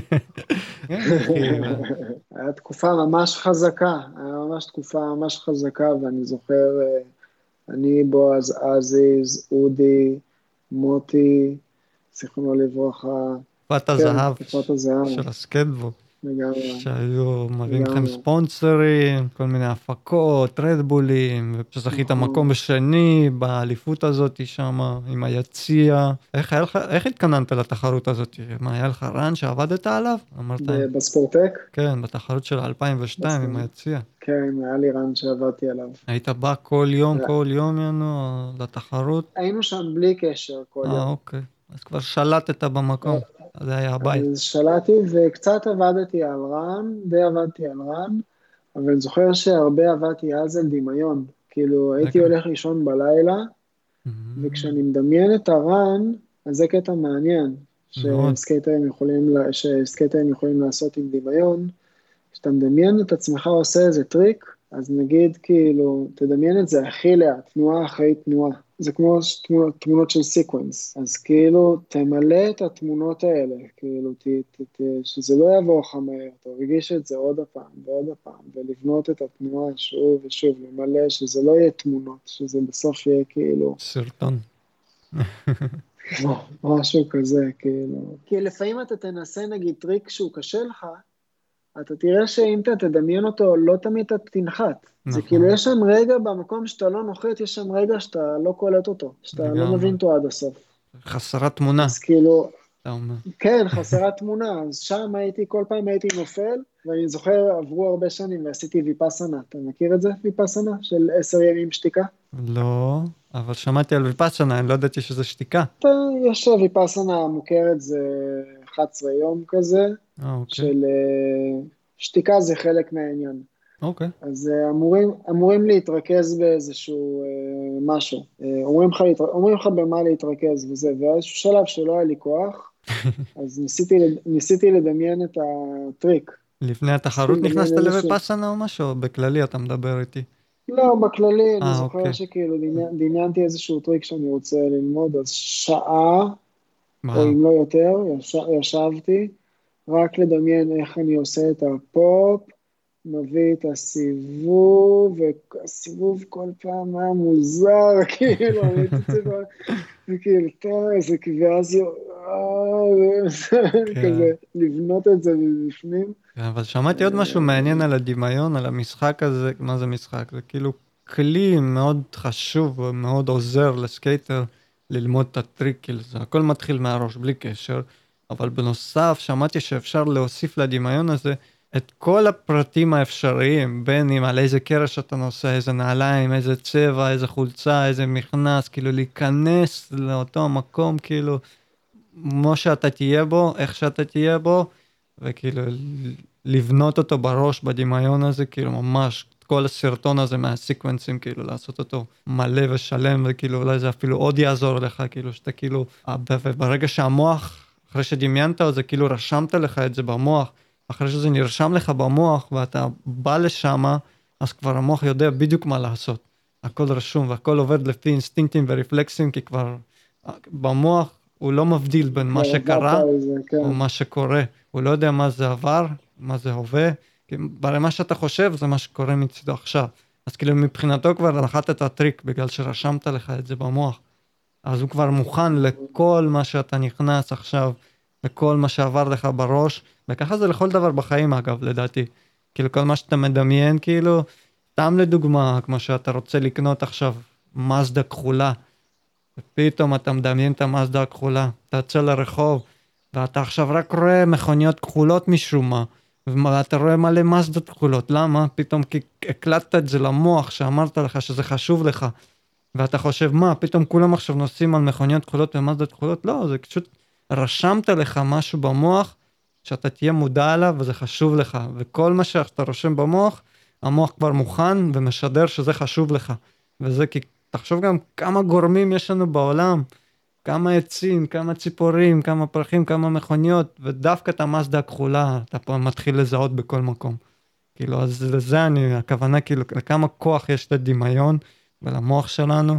היה תקופה ממש חזקה, היה ממש תקופה ממש חזקה, ואני זוכר, אני, בועז, עזיז, אודי, מוטי, זיכרונו לברכה. תקופת הזהב של הסקייטבורד. שהיו מביאים לכם ספונסרים, כל מיני הפקות, רדבולים, ושזכית המקום בשני, באליפות הזאת שם, עם היציע. איך התכננת לתחרות הזאת? מה, היה לך רן שעבדת עליו? בספורטק? כן, בתחרות של אלפיים ושתיים עם היציע. כן, היה לי רן שעבדתי עליו. היית בא כל יום, כל יום, ינו, לתחרות? היינו שם בלי קשר כל יום. אה, אוקיי. אז כבר שלטת במקום. זה היה הבית. אז שלטתי וקצת עבדתי על רן, די עבדתי על רן, אבל אני זוכר שהרבה עבדתי אז על דמיון. כאילו, הייתי הולך לישון בלילה, וכשאני מדמיין את הרן, אז זה קטע מעניין, שסקייטרים יכולים, שסקייטרים יכולים לעשות עם דמיון, כשאתה מדמיין את עצמך עושה איזה טריק, אז נגיד כאילו, תדמיין את זה הכי לאט, תנועה אחרי תנועה. זה כמו תמונות, תמונות של סיקוונס. אז כאילו, תמלא את התמונות האלה, כאילו, ת, ת, ת, שזה לא יבוא לך מהר, תרגיש את זה עוד הפעם ועוד הפעם, ולבנות את התנועה שוב ושוב, למלא, שזה לא יהיה תמונות, שזה בסוף יהיה כאילו... סרטון. משהו כזה, כאילו. כי לפעמים אתה תנסה, נגיד, טריק שהוא קשה לך, אתה תראה שאם אתה תדמיין אותו, לא תמיד אתה תנחת. זה כאילו, יש שם רגע במקום שאתה לא נוחת, יש שם רגע שאתה לא קולט אותו, שאתה לא מבין אותו עד הסוף. חסרת תמונה. אז כאילו, כן, חסרת תמונה. אז שם הייתי, כל פעם הייתי נופל, ואני זוכר, עברו הרבה שנים ועשיתי ויפאסנה. אתה מכיר את זה, ויפאסנה? של עשר ימים שתיקה? לא, אבל שמעתי על ויפאסנה, אני לא ידעתי שזה שתיקה. יש ויפאסנה מוכרת, זה אחד עשר יום כזה, של שתיקה זה חלק מהעניין. אוקיי. אז אמורים, אמורים להתרכז באיזשהו משהו. אומרים לך, אומרים לך במה להתרכז וזה, ואיזשהו שלב שלא היה לי כוח, אז ניסיתי, ניסיתי לדמיין את הטריק. לפני התחרות נכנסת לויפאסנה או משהו? בכללי אתה מדבר איתי. לא, בכללי, אני זוכר שכאילו דמיינתי איזשהו טריק שאני רוצה ללמוד, אז שעה, או אם לא יותר, ישבתי, רק לדמיין איך אני עושה את הפופ, מביא את הסיבוב, והסיבוב כל פעם היה מוזר, כאילו, אני תצא, וכאילו, טוב, איזה ואז כזה, לבנות את זה מבפנים. אבל שמעתי עוד משהו מעניין על הדמיון, על המשחק הזה, מה זה משחק? זה כאילו כלי מאוד חשוב ומאוד עוזר לסקייטר ללמוד את הטריק, כאילו זה הכל מתחיל מהראש, בלי קשר, אבל בנוסף שמעתי שאפשר להוסיף לדמיון הזה את כל הפרטים האפשריים, בין אם על איזה קרש אתה נוסע, איזה נעליים, איזה צבע, איזה חולצה, איזה מכנס, כאילו להיכנס לאותו מקום, כאילו, כמו שאתה תהיה בו, איך שאתה תהיה בו, וכאילו לבנות אותו בראש, בדמיון הזה, כאילו ממש, כל הסרטון הזה מהסיקוונסים, כאילו לעשות אותו מלא ושלם, וכאילו אולי זה אפילו עוד יעזור לך, כאילו שאתה כאילו, וברגע שהמוח, אחרי שדמיינת את זה, כאילו רשמת לך את זה במוח, אחרי שזה נרשם לך במוח, ואתה בא לשם, אז כבר המוח יודע בדיוק מה לעשות. הכל רשום, והכל עובד לפי אינסטינקטים ורפלקסים, כי כבר במוח הוא לא מבדיל בין מה שקרה, או מה שקורה. הוא לא יודע מה זה עבר, מה זה הווה, כי ברי מה שאתה חושב, זה מה שקורה מצדו עכשיו. אז כאילו מבחינתו כבר נחת את הטריק, בגלל שרשמת לך את זה במוח. אז הוא כבר מוכן לכל מה שאתה נכנס עכשיו, לכל מה שעבר לך בראש, וככה זה לכל דבר בחיים אגב, לדעתי. כאילו כל מה שאתה מדמיין, כאילו, סתם לדוגמה, כמו שאתה רוצה לקנות עכשיו מזדה כחולה, ופתאום אתה מדמיין את המזדה הכחולה, אתה יוצא לרחוב, ואתה עכשיו רק רואה מכוניות כחולות משום מה, ואתה רואה מלא מזדות כחולות, למה? פתאום כי הקלטת את זה למוח, שאמרת לך שזה חשוב לך, ואתה חושב, מה, פתאום כולם עכשיו נוסעים על מכוניות כחולות ומזדות כחולות? לא, זה פשוט רשמת לך משהו במוח, שאתה תהיה מודע עליו, וזה חשוב לך, וכל מה שאתה רושם במוח, המוח כבר מוכן ומשדר שזה חשוב לך, וזה כי תחשוב גם כמה גורמים יש לנו בעולם, כמה עצים, כמה ציפורים, כמה פרחים, כמה מכוניות, ודווקא את המזדה הכחולה, אתה פה מתחיל לזהות בכל מקום. כאילו, אז לזה אני, הכוונה, כאילו, לכמה כוח יש לדמיון, ולמוח שלנו,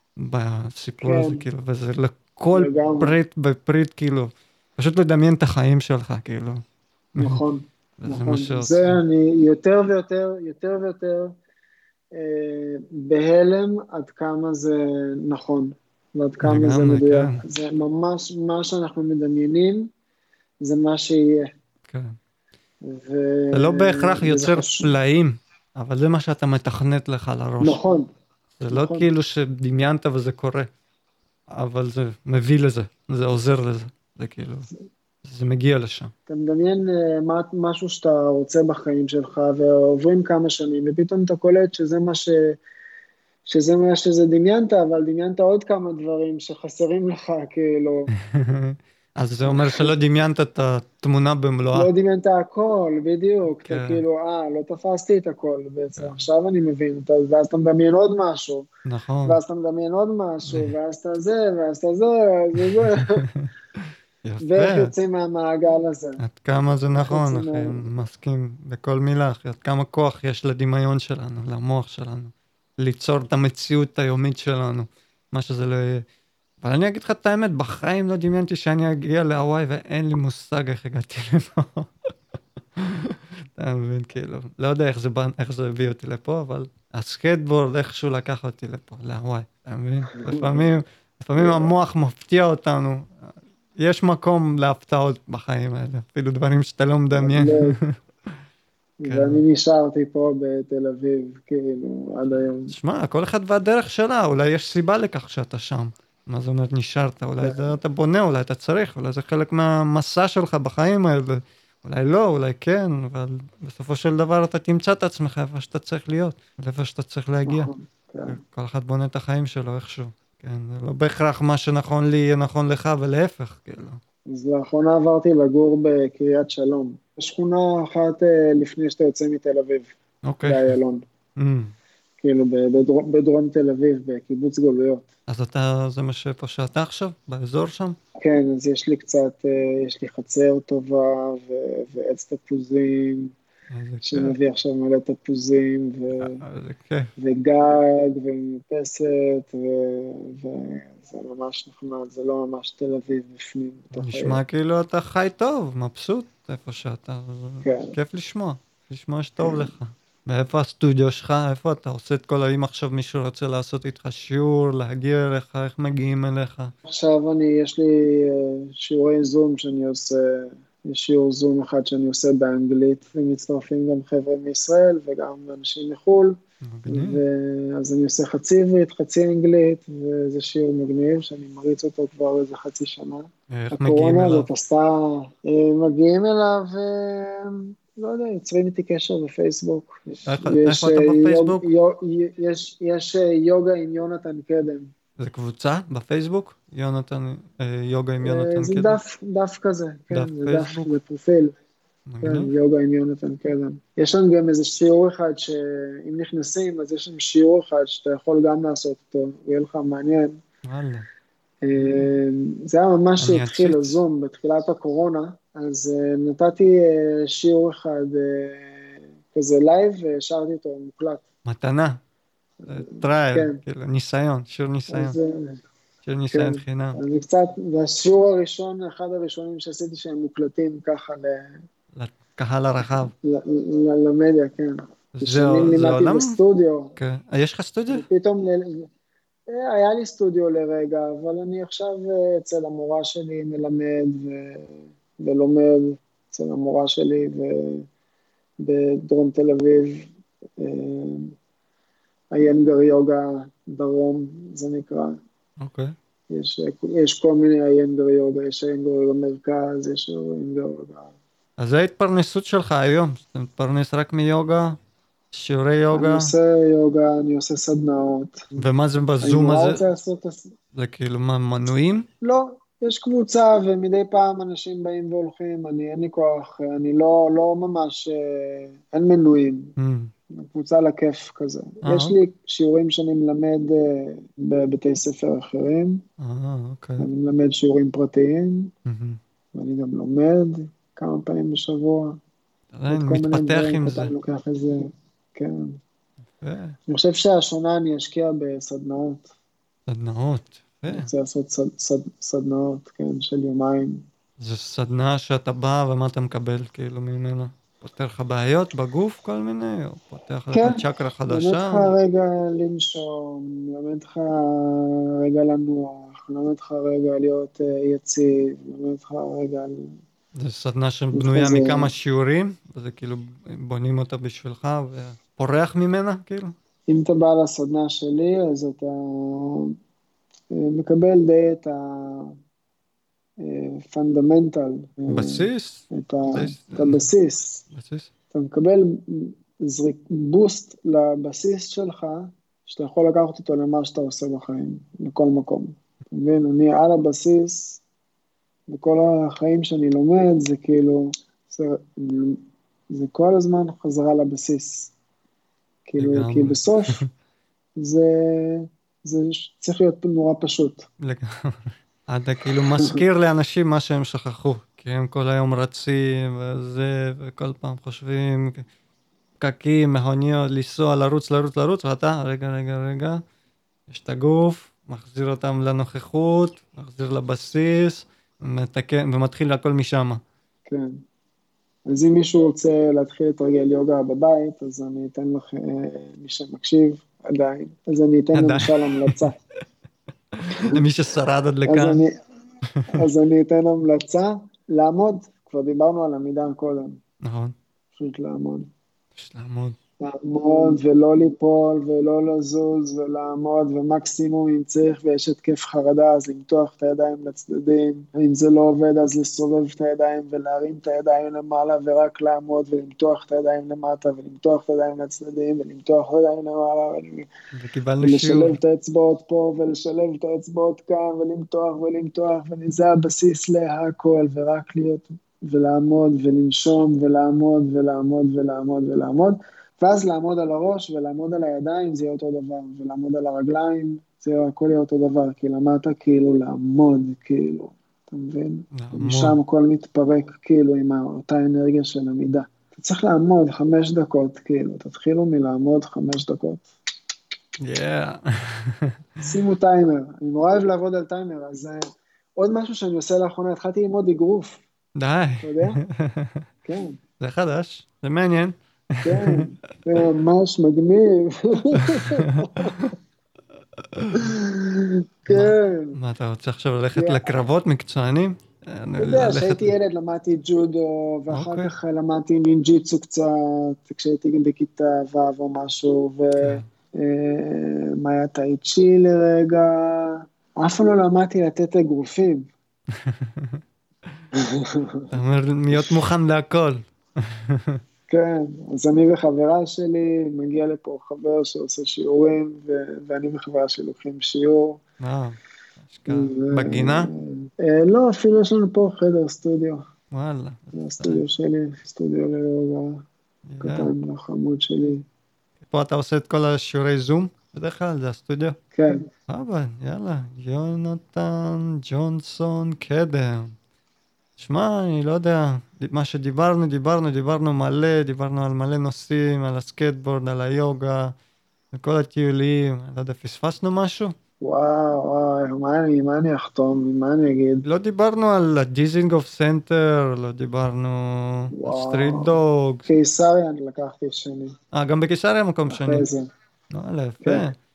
בסיפור הזה, כאילו, וזה לכל פריט בפריט, כאילו, פשוט לדמיין את החיים שלך, כאילו. נכון, נכון. זה אני יותר ויותר, יותר ויותר, בהלם עד כמה זה נכון. ועד כמה זה מדויק. זה ממש מה שאנחנו מדמיינים, זה מה שיהיה. כן. זה לא בהכרח יוצר פלאים, אבל זה מה שאתה מתכנת לך לראש. נכון. זה לא כאילו שדמיינת וזה קורה, אבל זה מביא לזה, זה עוזר לזה, זה כאילו, זה מגיע לשם. אתה מדמיין משהו שאתה רוצה בחיים שלך, ועוברים כמה שנים, ופתאום אתה קולט שזה מה ש... שזה מה שזה דמיינת, אבל דמיינת עוד כמה דברים שחסרים לך, כאילו. אז זה אומר שלא דמיינת את התמונה במלואה. לא דמיינת הכל, בדיוק. אתה כאילו, אה, לא תפסתי את הכל בעצם. עכשיו אני מבין, ואז אתה מדמיין עוד משהו. נכון. ואז אתה מדמיין עוד משהו, ואז אתה זה, ואז אתה זה, ואז זה. ואיך יפה. יוצאים מהמעגל הזה. עד כמה זה איך נכון, יוצאים אחי, מה... מסכים בכל מילה, אחי, עד כמה כוח יש לדמיון שלנו, למוח שלנו, ליצור את המציאות היומית שלנו, מה שזה לא יהיה. אבל אני אגיד לך את האמת, בחיים לא דמיינתי שאני אגיע להוואי ואין לי מושג איך הגעתי לפה. אתה מבין, כאילו, לא יודע איך זה, בא- איך זה הביא אותי לפה, אבל הסקייטבורד איכשהו לקח אותי לפה, להוואי, אתה מבין? לפעמים, לפעמים המוח מפתיע אותנו, יש מקום להפתעות בחיים האלה, אפילו דברים שאתה לא מדמיין. כן. ואני נשארתי פה בתל אביב, כאילו, עד היום. תשמע, כל אחד והדרך שלה, אולי יש סיבה לכך שאתה שם. מה זאת אומרת נשארת? אולי זה אתה בונה, אולי אתה צריך, אולי זה חלק מהמסע שלך בחיים האלה. אולי לא, אולי כן, אבל בסופו של דבר אתה תמצא את עצמך איפה שאתה צריך להיות, איפה שאתה צריך להגיע. נכון, כן. כל אחד בונה את החיים שלו איכשהו. כן, זה לא בהכרח מה שנכון לי יהיה נכון לך, ולהפך, כאילו. אז לאחרונה עברתי לגור בקריית שלום. שכונה אחת אה, לפני שאתה יוצא מתל אביב, אוקיי. באיילון. Mm. כאילו בדרום, בדרום תל אביב, בקיבוץ גלויות. אז אתה, זה מה שאיפה שאתה עכשיו, באזור שם? כן, אז יש לי קצת, אה, יש לי חצר טובה ו- ועץ תפוזים, איזה כיף. שמביא עכשיו מלא תפוזים, ו- איזה כיף. וגג ומרפסת, ו- וזה ממש נחמד, זה לא ממש תל אביב בפנים. בתוך העיר. נשמע כאילו אתה חי טוב, מבסוט איפה שאתה, כן. כיף לשמוע, לשמוע שטוב לך. ואיפה הסטודיו שלך, איפה אתה עושה את כל, האם עכשיו מישהו רוצה לעשות איתך שיעור, להגיע אליך, איך מגיעים אליך? עכשיו אני, יש לי אה, שיעורי זום שאני עושה, יש שיעור זום אחד שאני עושה באנגלית, ומצטרפים גם חבר'ה מישראל וגם אנשים מחול, מגניב. אז אני עושה חצי עברית, חצי אנגלית, וזה שיעור מגניב שאני מריץ אותו כבר איזה חצי שנה. איך מגיעים הקורונה אליו? הזאת עשתה, אה, מגיעים אליו, אה, לא יודע, יוצרים איתי קשר בפייסבוק. יש- איפה- יש, איפה אתה אה, בפייסבוק? יוג- יוג- יש- יש אה, יוגה עם יונתן קדם. זה קבוצה בפייסבוק? יונתן, אה, יוגה עם יונתן זה קדם? דף, דף כזה, כן, דף זה דף, פייסבוק? זה פרופיל, כן, מגניב. יוגה עם יונתן קדם. יש שם גם איזה שיעור אחד שאם נכנסים, אז יש שם שיעור אחד שאתה יכול גם לעשות אותו, יהיה לך מעניין. וואלה. אה, זה היה ממש אני שהתחיל אציץ. הזום בתחילת הקורונה, אז אה, נתתי אה, שיעור אחד אה, כזה לייב, והשארתי אותו מוקלט. מתנה. טרייל, כן. כאילו, ניסיון, שיעור ניסיון. אז, אה, שיעור ניסיון כן. חינם. אז זה קצת, זה השיעור הראשון, אחד הראשונים שעשיתי שהם מוקלטים ככה ל... לקהל הרחב. ל- ל- למדיה, כן. זה שנים זה לימדתי עולם? בסטודיו, כן. אה, יש לך סטודיו? ופתאום ל- אה, היה לי סטודיו לרגע, אבל אני עכשיו אה, אצל המורה שלי מלמד ו- ולומד אצל המורה שלי ו- בדרום תל אביב, אה, איינגר יוגה דרום, זה נקרא. אוקיי. יש, יש כל מיני איינגר יוגה, יש איינגר יוגה מרכז, יש איינגר יוגה. אז זה ההתפרנסות שלך היום, אתה מתפרנס רק מיוגה, שיעורי אני יוגה, עושה יוגה, אני עושה סדנאות. ומה זה אני בזום נורא הזה? רוצה לעשות... את הס- זה כאילו מה, מנויים? לא, יש קבוצה ומדי פעם אנשים באים והולכים, אני אין לי כוח, אני לא, לא ממש, אה, אין מנויים, Mm. קבוצה לכיף כזה. אה, יש לי שיעורים שאני מלמד אה, בבתי ספר אחרים, אה, אוקיי. אני מלמד שיעורים פרטיים, מהמם. ואני גם לומד כמה פעמים בשבוע. עדיין עוד כל מיני מתפתח דברים, עם זה. אני לוקח איזה, כן. יפה. אני חושב שהשנה אני אשקיע בסדנאות. סדנאות. אני יפה. רוצה לעשות סד, סד, סדנאות, כן, של יומיים. זה סדנה שאתה בא ומה אתה מקבל כאילו ממנה? פותר לך בעיות בגוף כל מיני? או פותח לך כן, צ'קרה לומד חדשה? לך רגע לנשום, לומד לך רגע לנוח, לומד לך רגע להיות uh, יציב, לומד לך רגע... זה סדנה שבנויה כזה- מכמה שיעורים, וזה כאילו בונים אותה בשבילך ופורח ממנה כאילו? אם אתה בא לסדנה שלי, אז אתה uh, מקבל די את הפונדמנטל, בסיס? את, ה, בסיס. את הבסיס. בסיס? אתה מקבל זריק, בוסט לבסיס שלך, שאתה יכול לקחת אותו למה שאתה עושה בחיים, לכל מקום. אתה מבין? אני על הבסיס, וכל החיים שאני לומד, זה כאילו, זה, זה כל הזמן חזרה לבסיס. כאילו, לגמרי. כי בסוף, זה, זה צריך להיות נורא פשוט. לגמרי. אתה כאילו מזכיר לאנשים מה שהם שכחו, כי הם כל היום רצים וזה, וכל פעם חושבים, פקקים, מכוניות, לנסוע, לרוץ, לרוץ, לרוץ, ואתה, רגע, רגע, רגע, יש את הגוף, מחזיר אותם לנוכחות, מחזיר לבסיס, מתקן, ומתחיל הכל משם. כן. אז אם מישהו רוצה להתחיל לתרגל יוגה בבית, אז אני אתן לך, מי שמקשיב עדיין, אז אני אתן למשל המלצה. למי ששרד עד אז לכאן. אני, אז אני אתן המלצה, לעמוד, כבר דיברנו על עמידה קודם. נכון. פשוט לעמוד. פשוט לעמוד. לעמוד ולא ליפול ולא לזוז ולעמוד, ומקסימום אם צריך ויש התקף חרדה, אז למתוח את הידיים לצדדים, אם זה לא עובד אז לסובב את הידיים ולהרים את הידיים למעלה ורק לעמוד ולמתוח את הידיים למטה ולמתוח את הידיים לצדדים ולמתוח את הידיים למעלה וקיבלנו שיעור. ולשלב את האצבעות פה ולשלב את האצבעות כאן ולמתוח ולמתוח, וזה הבסיס להכל, ורק להיות ולעמוד ולנשום ולעמוד ולעמוד ולעמוד ולעמוד, ואז לעמוד על הראש ולעמוד על הידיים זה יהיה אותו דבר, ולעמוד על הרגליים זה יהיה, הכל יהיה אותו דבר, כי למדת כאילו לעמוד, כאילו, אתה מבין? ומשם הכל מתפרק כאילו עם אותה אנרגיה של עמידה. אתה צריך לעמוד חמש דקות, כאילו, תתחילו מלעמוד חמש דקות. Yeah. שימו טיימר, אני נורא אוהב לעבוד על טיימר, אז uh, עוד משהו שאני עושה לאחרונה, התחלתי ללמוד אגרוף. די. אתה יודע? כן. זה חדש, זה מעניין. כן, זה ממש מגניב. כן. מה, אתה רוצה עכשיו ללכת לקרבות מקצוענים? אתה יודע, כשהייתי ילד למדתי ג'ודו, ואחר כך למדתי נינג'יצו קצת, כשהייתי גם בכיתה ו' או משהו, ומה היה טאי צ'י לרגע, אף פעם לא למדתי לתת אגרופים. אתה אומר, להיות מוכן להכל. כן, אז אני וחברה שלי, מגיע לפה חבר שעושה שיעורים, ואני וחברה שלי לוקחים שיעור. מה? בגינה? לא, אפילו יש לנו פה חדר סטודיו. וואלה. זה הסטודיו שלי, סטודיו ליוגה, קטן לחמוד שלי. פה אתה עושה את כל השיעורי זום? בדרך כלל זה הסטודיו? כן. אבל, יאללה, יונתן ג'ונסון קדם. שמע, אני לא יודע, מה שדיברנו, דיברנו, דיברנו מלא, דיברנו על מלא נושאים, על הסקייטבורד, על היוגה, על כל הטיולים, אני לא יודע, פספסנו משהו? וואו, וואו, מה אני, מה אני אחתום, מה אני אגיד? לא דיברנו על הדיזינגוף סנטר, לא דיברנו על סטריט דוג. קיסריה אני לקחתי שני. אה, גם בקיסריה מקום שני. אחרי זה. לא, יפה.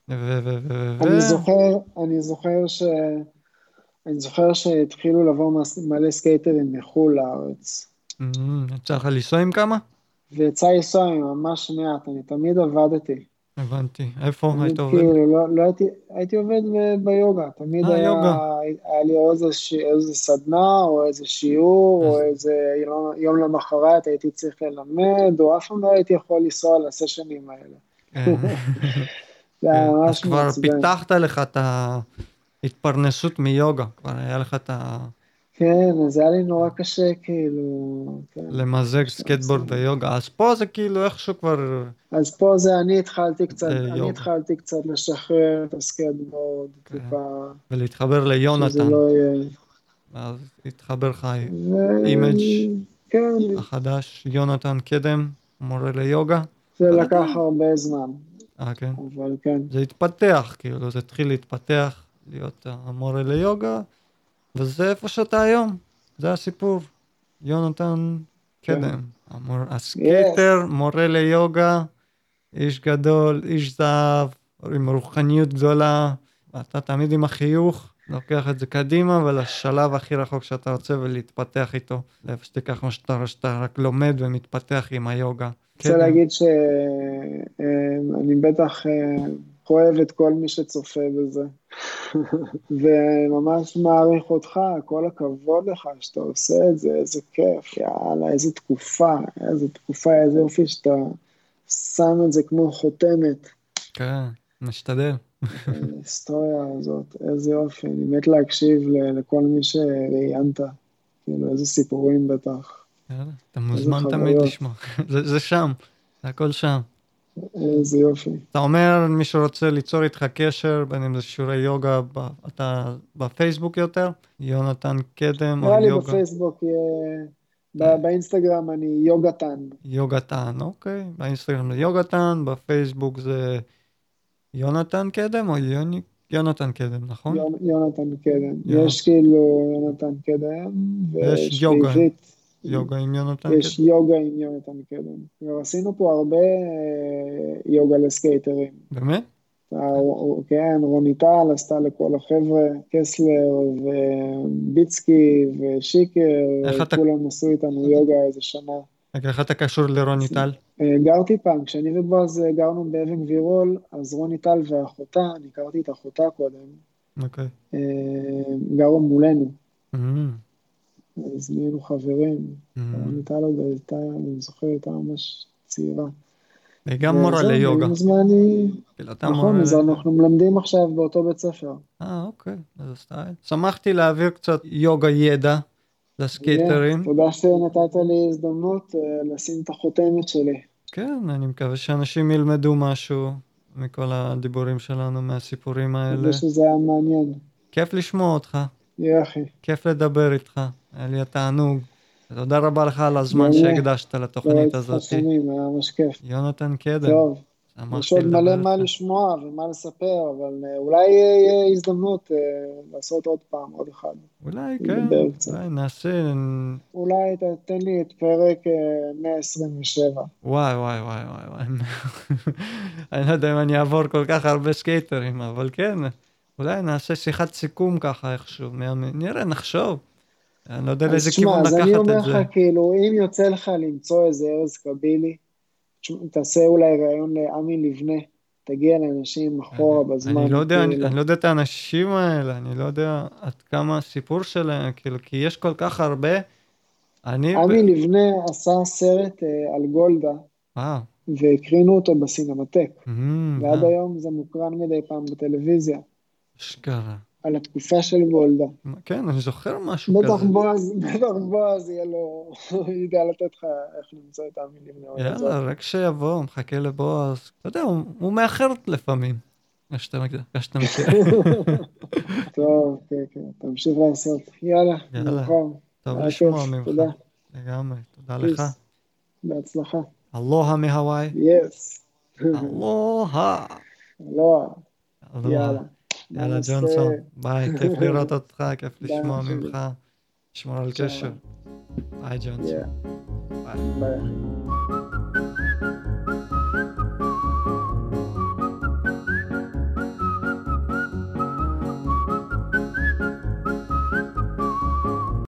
אני זוכר, אני זוכר ש... אני זוכר שהתחילו לבוא מלא סקייטרים מחול לארץ. יצא לך לנסוע עם כמה? ויצא לנסוע עם ממש מעט, אני תמיד עבדתי. הבנתי. איפה היית עובד? כאילו, לא, לא הייתי, הייתי עובד ביוגה, תמיד היה, היה לי איזה, איזה סדנה, או איזה שיעור, או איזה יום, יום למחרת הייתי צריך ללמד, או אף פעם לא הייתי יכול לנסוע לסשנים האלה. זה היה ממש מעצבן. אז כבר פיתחת לך את ההתפרנסות מיוגה, כבר היה לך את ה... כן, אז היה לי נורא קשה, כאילו... למזג סקייטבורד ויוגה, אז פה זה כאילו איכשהו כבר... אז פה זה, אני התחלתי קצת, אני התחלתי קצת לשחרר את הסקייטבורד, טיפה... ולהתחבר ליונתן. שזה לא יהיה... אז התחבר לך אימג' החדש, יונתן קדם, מורה ליוגה. זה לקח הרבה זמן. אה, כן? אבל כן. זה התפתח, כאילו, זה התחיל להתפתח, להיות המורה ליוגה, וזה איפה שאתה היום, זה הסיפור. יונתן קדם, הסקייטר, מורה ליוגה, איש גדול, איש זהב, עם רוחניות גדולה, ואתה תמיד עם החיוך, לוקח את זה קדימה, ולשלב הכי רחוק שאתה רוצה, ולהתפתח איתו, לאיפה שתיקח מה שאתה, שאתה רק לומד ומתפתח עם היוגה. אני רוצה להגיד שאני בטח אוהב את כל מי שצופה בזה, וממש מעריך אותך, כל הכבוד לך שאתה עושה את זה, איזה כיף, יאללה, איזה תקופה, איזה תקופה, איזה יופי שאתה שם את זה כמו חותמת. כן, משתדל. ההיסטוריה הזאת, איזה יופי, אני מת להקשיב לכל מי שראיינת, כאילו איזה סיפורים בטח. אתה מוזמן תמיד לשמוע, זה שם, זה הכל שם. איזה יופי. אתה אומר, מי שרוצה ליצור איתך קשר, בין אם זה שיעורי יוגה, אתה בפייסבוק יותר? יונתן קדם או נראה לי יוגה? בפייסבוק, באינסטגרם אני יוגתן. יוגתן, אוקיי. באינסטגרם זה יוגתן, בפייסבוק זה יונתן קדם או יוני? יונתן קדם, נכון? יונתן קדם. יש כאילו יונתן קדם, ויש ויש יוגה. בעברית. יוגה עם יונתן יש קדם? יוגה עם יונתן קדם. כבר עשינו פה הרבה יוגה לסקייטרים. באמת? כן, רוניטל עשתה לכל החבר'ה, קסלר וביצקי ושיקר, כולם עשו איתנו יוגה איזה שנה. איך אתה קשור לרוניטל? גרתי פעם, כשאני ובועז גרנו באבן גבירול, אז רוניטל ואחותה, אני הכרתי את אחותה קודם, אוקיי. גרו מולנו. אז נהיינו חברים. רוניטל עוד הייתה, אני זוכר, הייתה ממש צעירה. וגם מורה ליוגה. נכון, אז אנחנו מלמדים עכשיו באותו בית ספר. אה, אוקיי, אז סטייל. שמחתי להעביר קצת יוגה ידע לסקייטרים. תודה שנתת לי הזדמנות לשים את החותמת שלי. כן, אני מקווה שאנשים ילמדו משהו מכל הדיבורים שלנו, מהסיפורים האלה. אני חושב שזה היה מעניין. כיף לשמוע אותך. יחי. כיף לדבר איתך, היה לי התענוג. תודה רבה לך על הזמן שהקדשת לתוכנית הזאת. לא הייתי חשמים, היה ממש כיף. יונתן קדם. טוב, יש עוד מלא מה לשמוע ומה לספר, אבל אולי יהיה הזדמנות לעשות עוד פעם, עוד אחד. אולי, כן, אולי נעשה. אולי תתן לי את פרק מאה עשרים ושבע. וואי, וואי, וואי, וואי. אני לא יודע אם אני אעבור כל כך הרבה סקייטרים, אבל כן, אולי נעשה שיחת סיכום ככה איכשהו. נראה, נחשוב. אני לא יודע לאיזה כיוון לקחת את זה. אז אני אומר לך, כאילו, אם יוצא לך למצוא איזה ארז קבילי, תעשה אולי רעיון לעמי לבנה, תגיע לאנשים אחורה בזמן. אני לא יודע, אני לא יודע את האנשים האלה, אני לא יודע עד כמה הסיפור שלהם, כאילו, כי יש כל כך הרבה. עמי לבנה עשה סרט על גולדה, והקרינו אותו בסינמטק, ועד היום זה מוקרן מדי פעם בטלוויזיה. שקרה. על התקופה של גולדה. כן, אני זוכר משהו כזה. בטח בועז, בטח בועז יהיה לו, ידע לתת לך איך למצוא את המילים. יאללה, רק שיבוא, מחכה לבועז. אתה יודע, הוא מאחר לפעמים. איך שאתה מכיר. טוב, כן, כן, תמשיך לעשות. יאללה, יאללה. טוב לשמוע ממך. תודה. לגמרי, תודה לך. בהצלחה. אלוהה מהוואי. יס. אלוהה. אלוהה. יאללה. יאללה ג'ונסון, ביי, כיף לראות אותך, כיף לשמוע ממך, שמור על קשר. ביי ג'ונסון. ביי.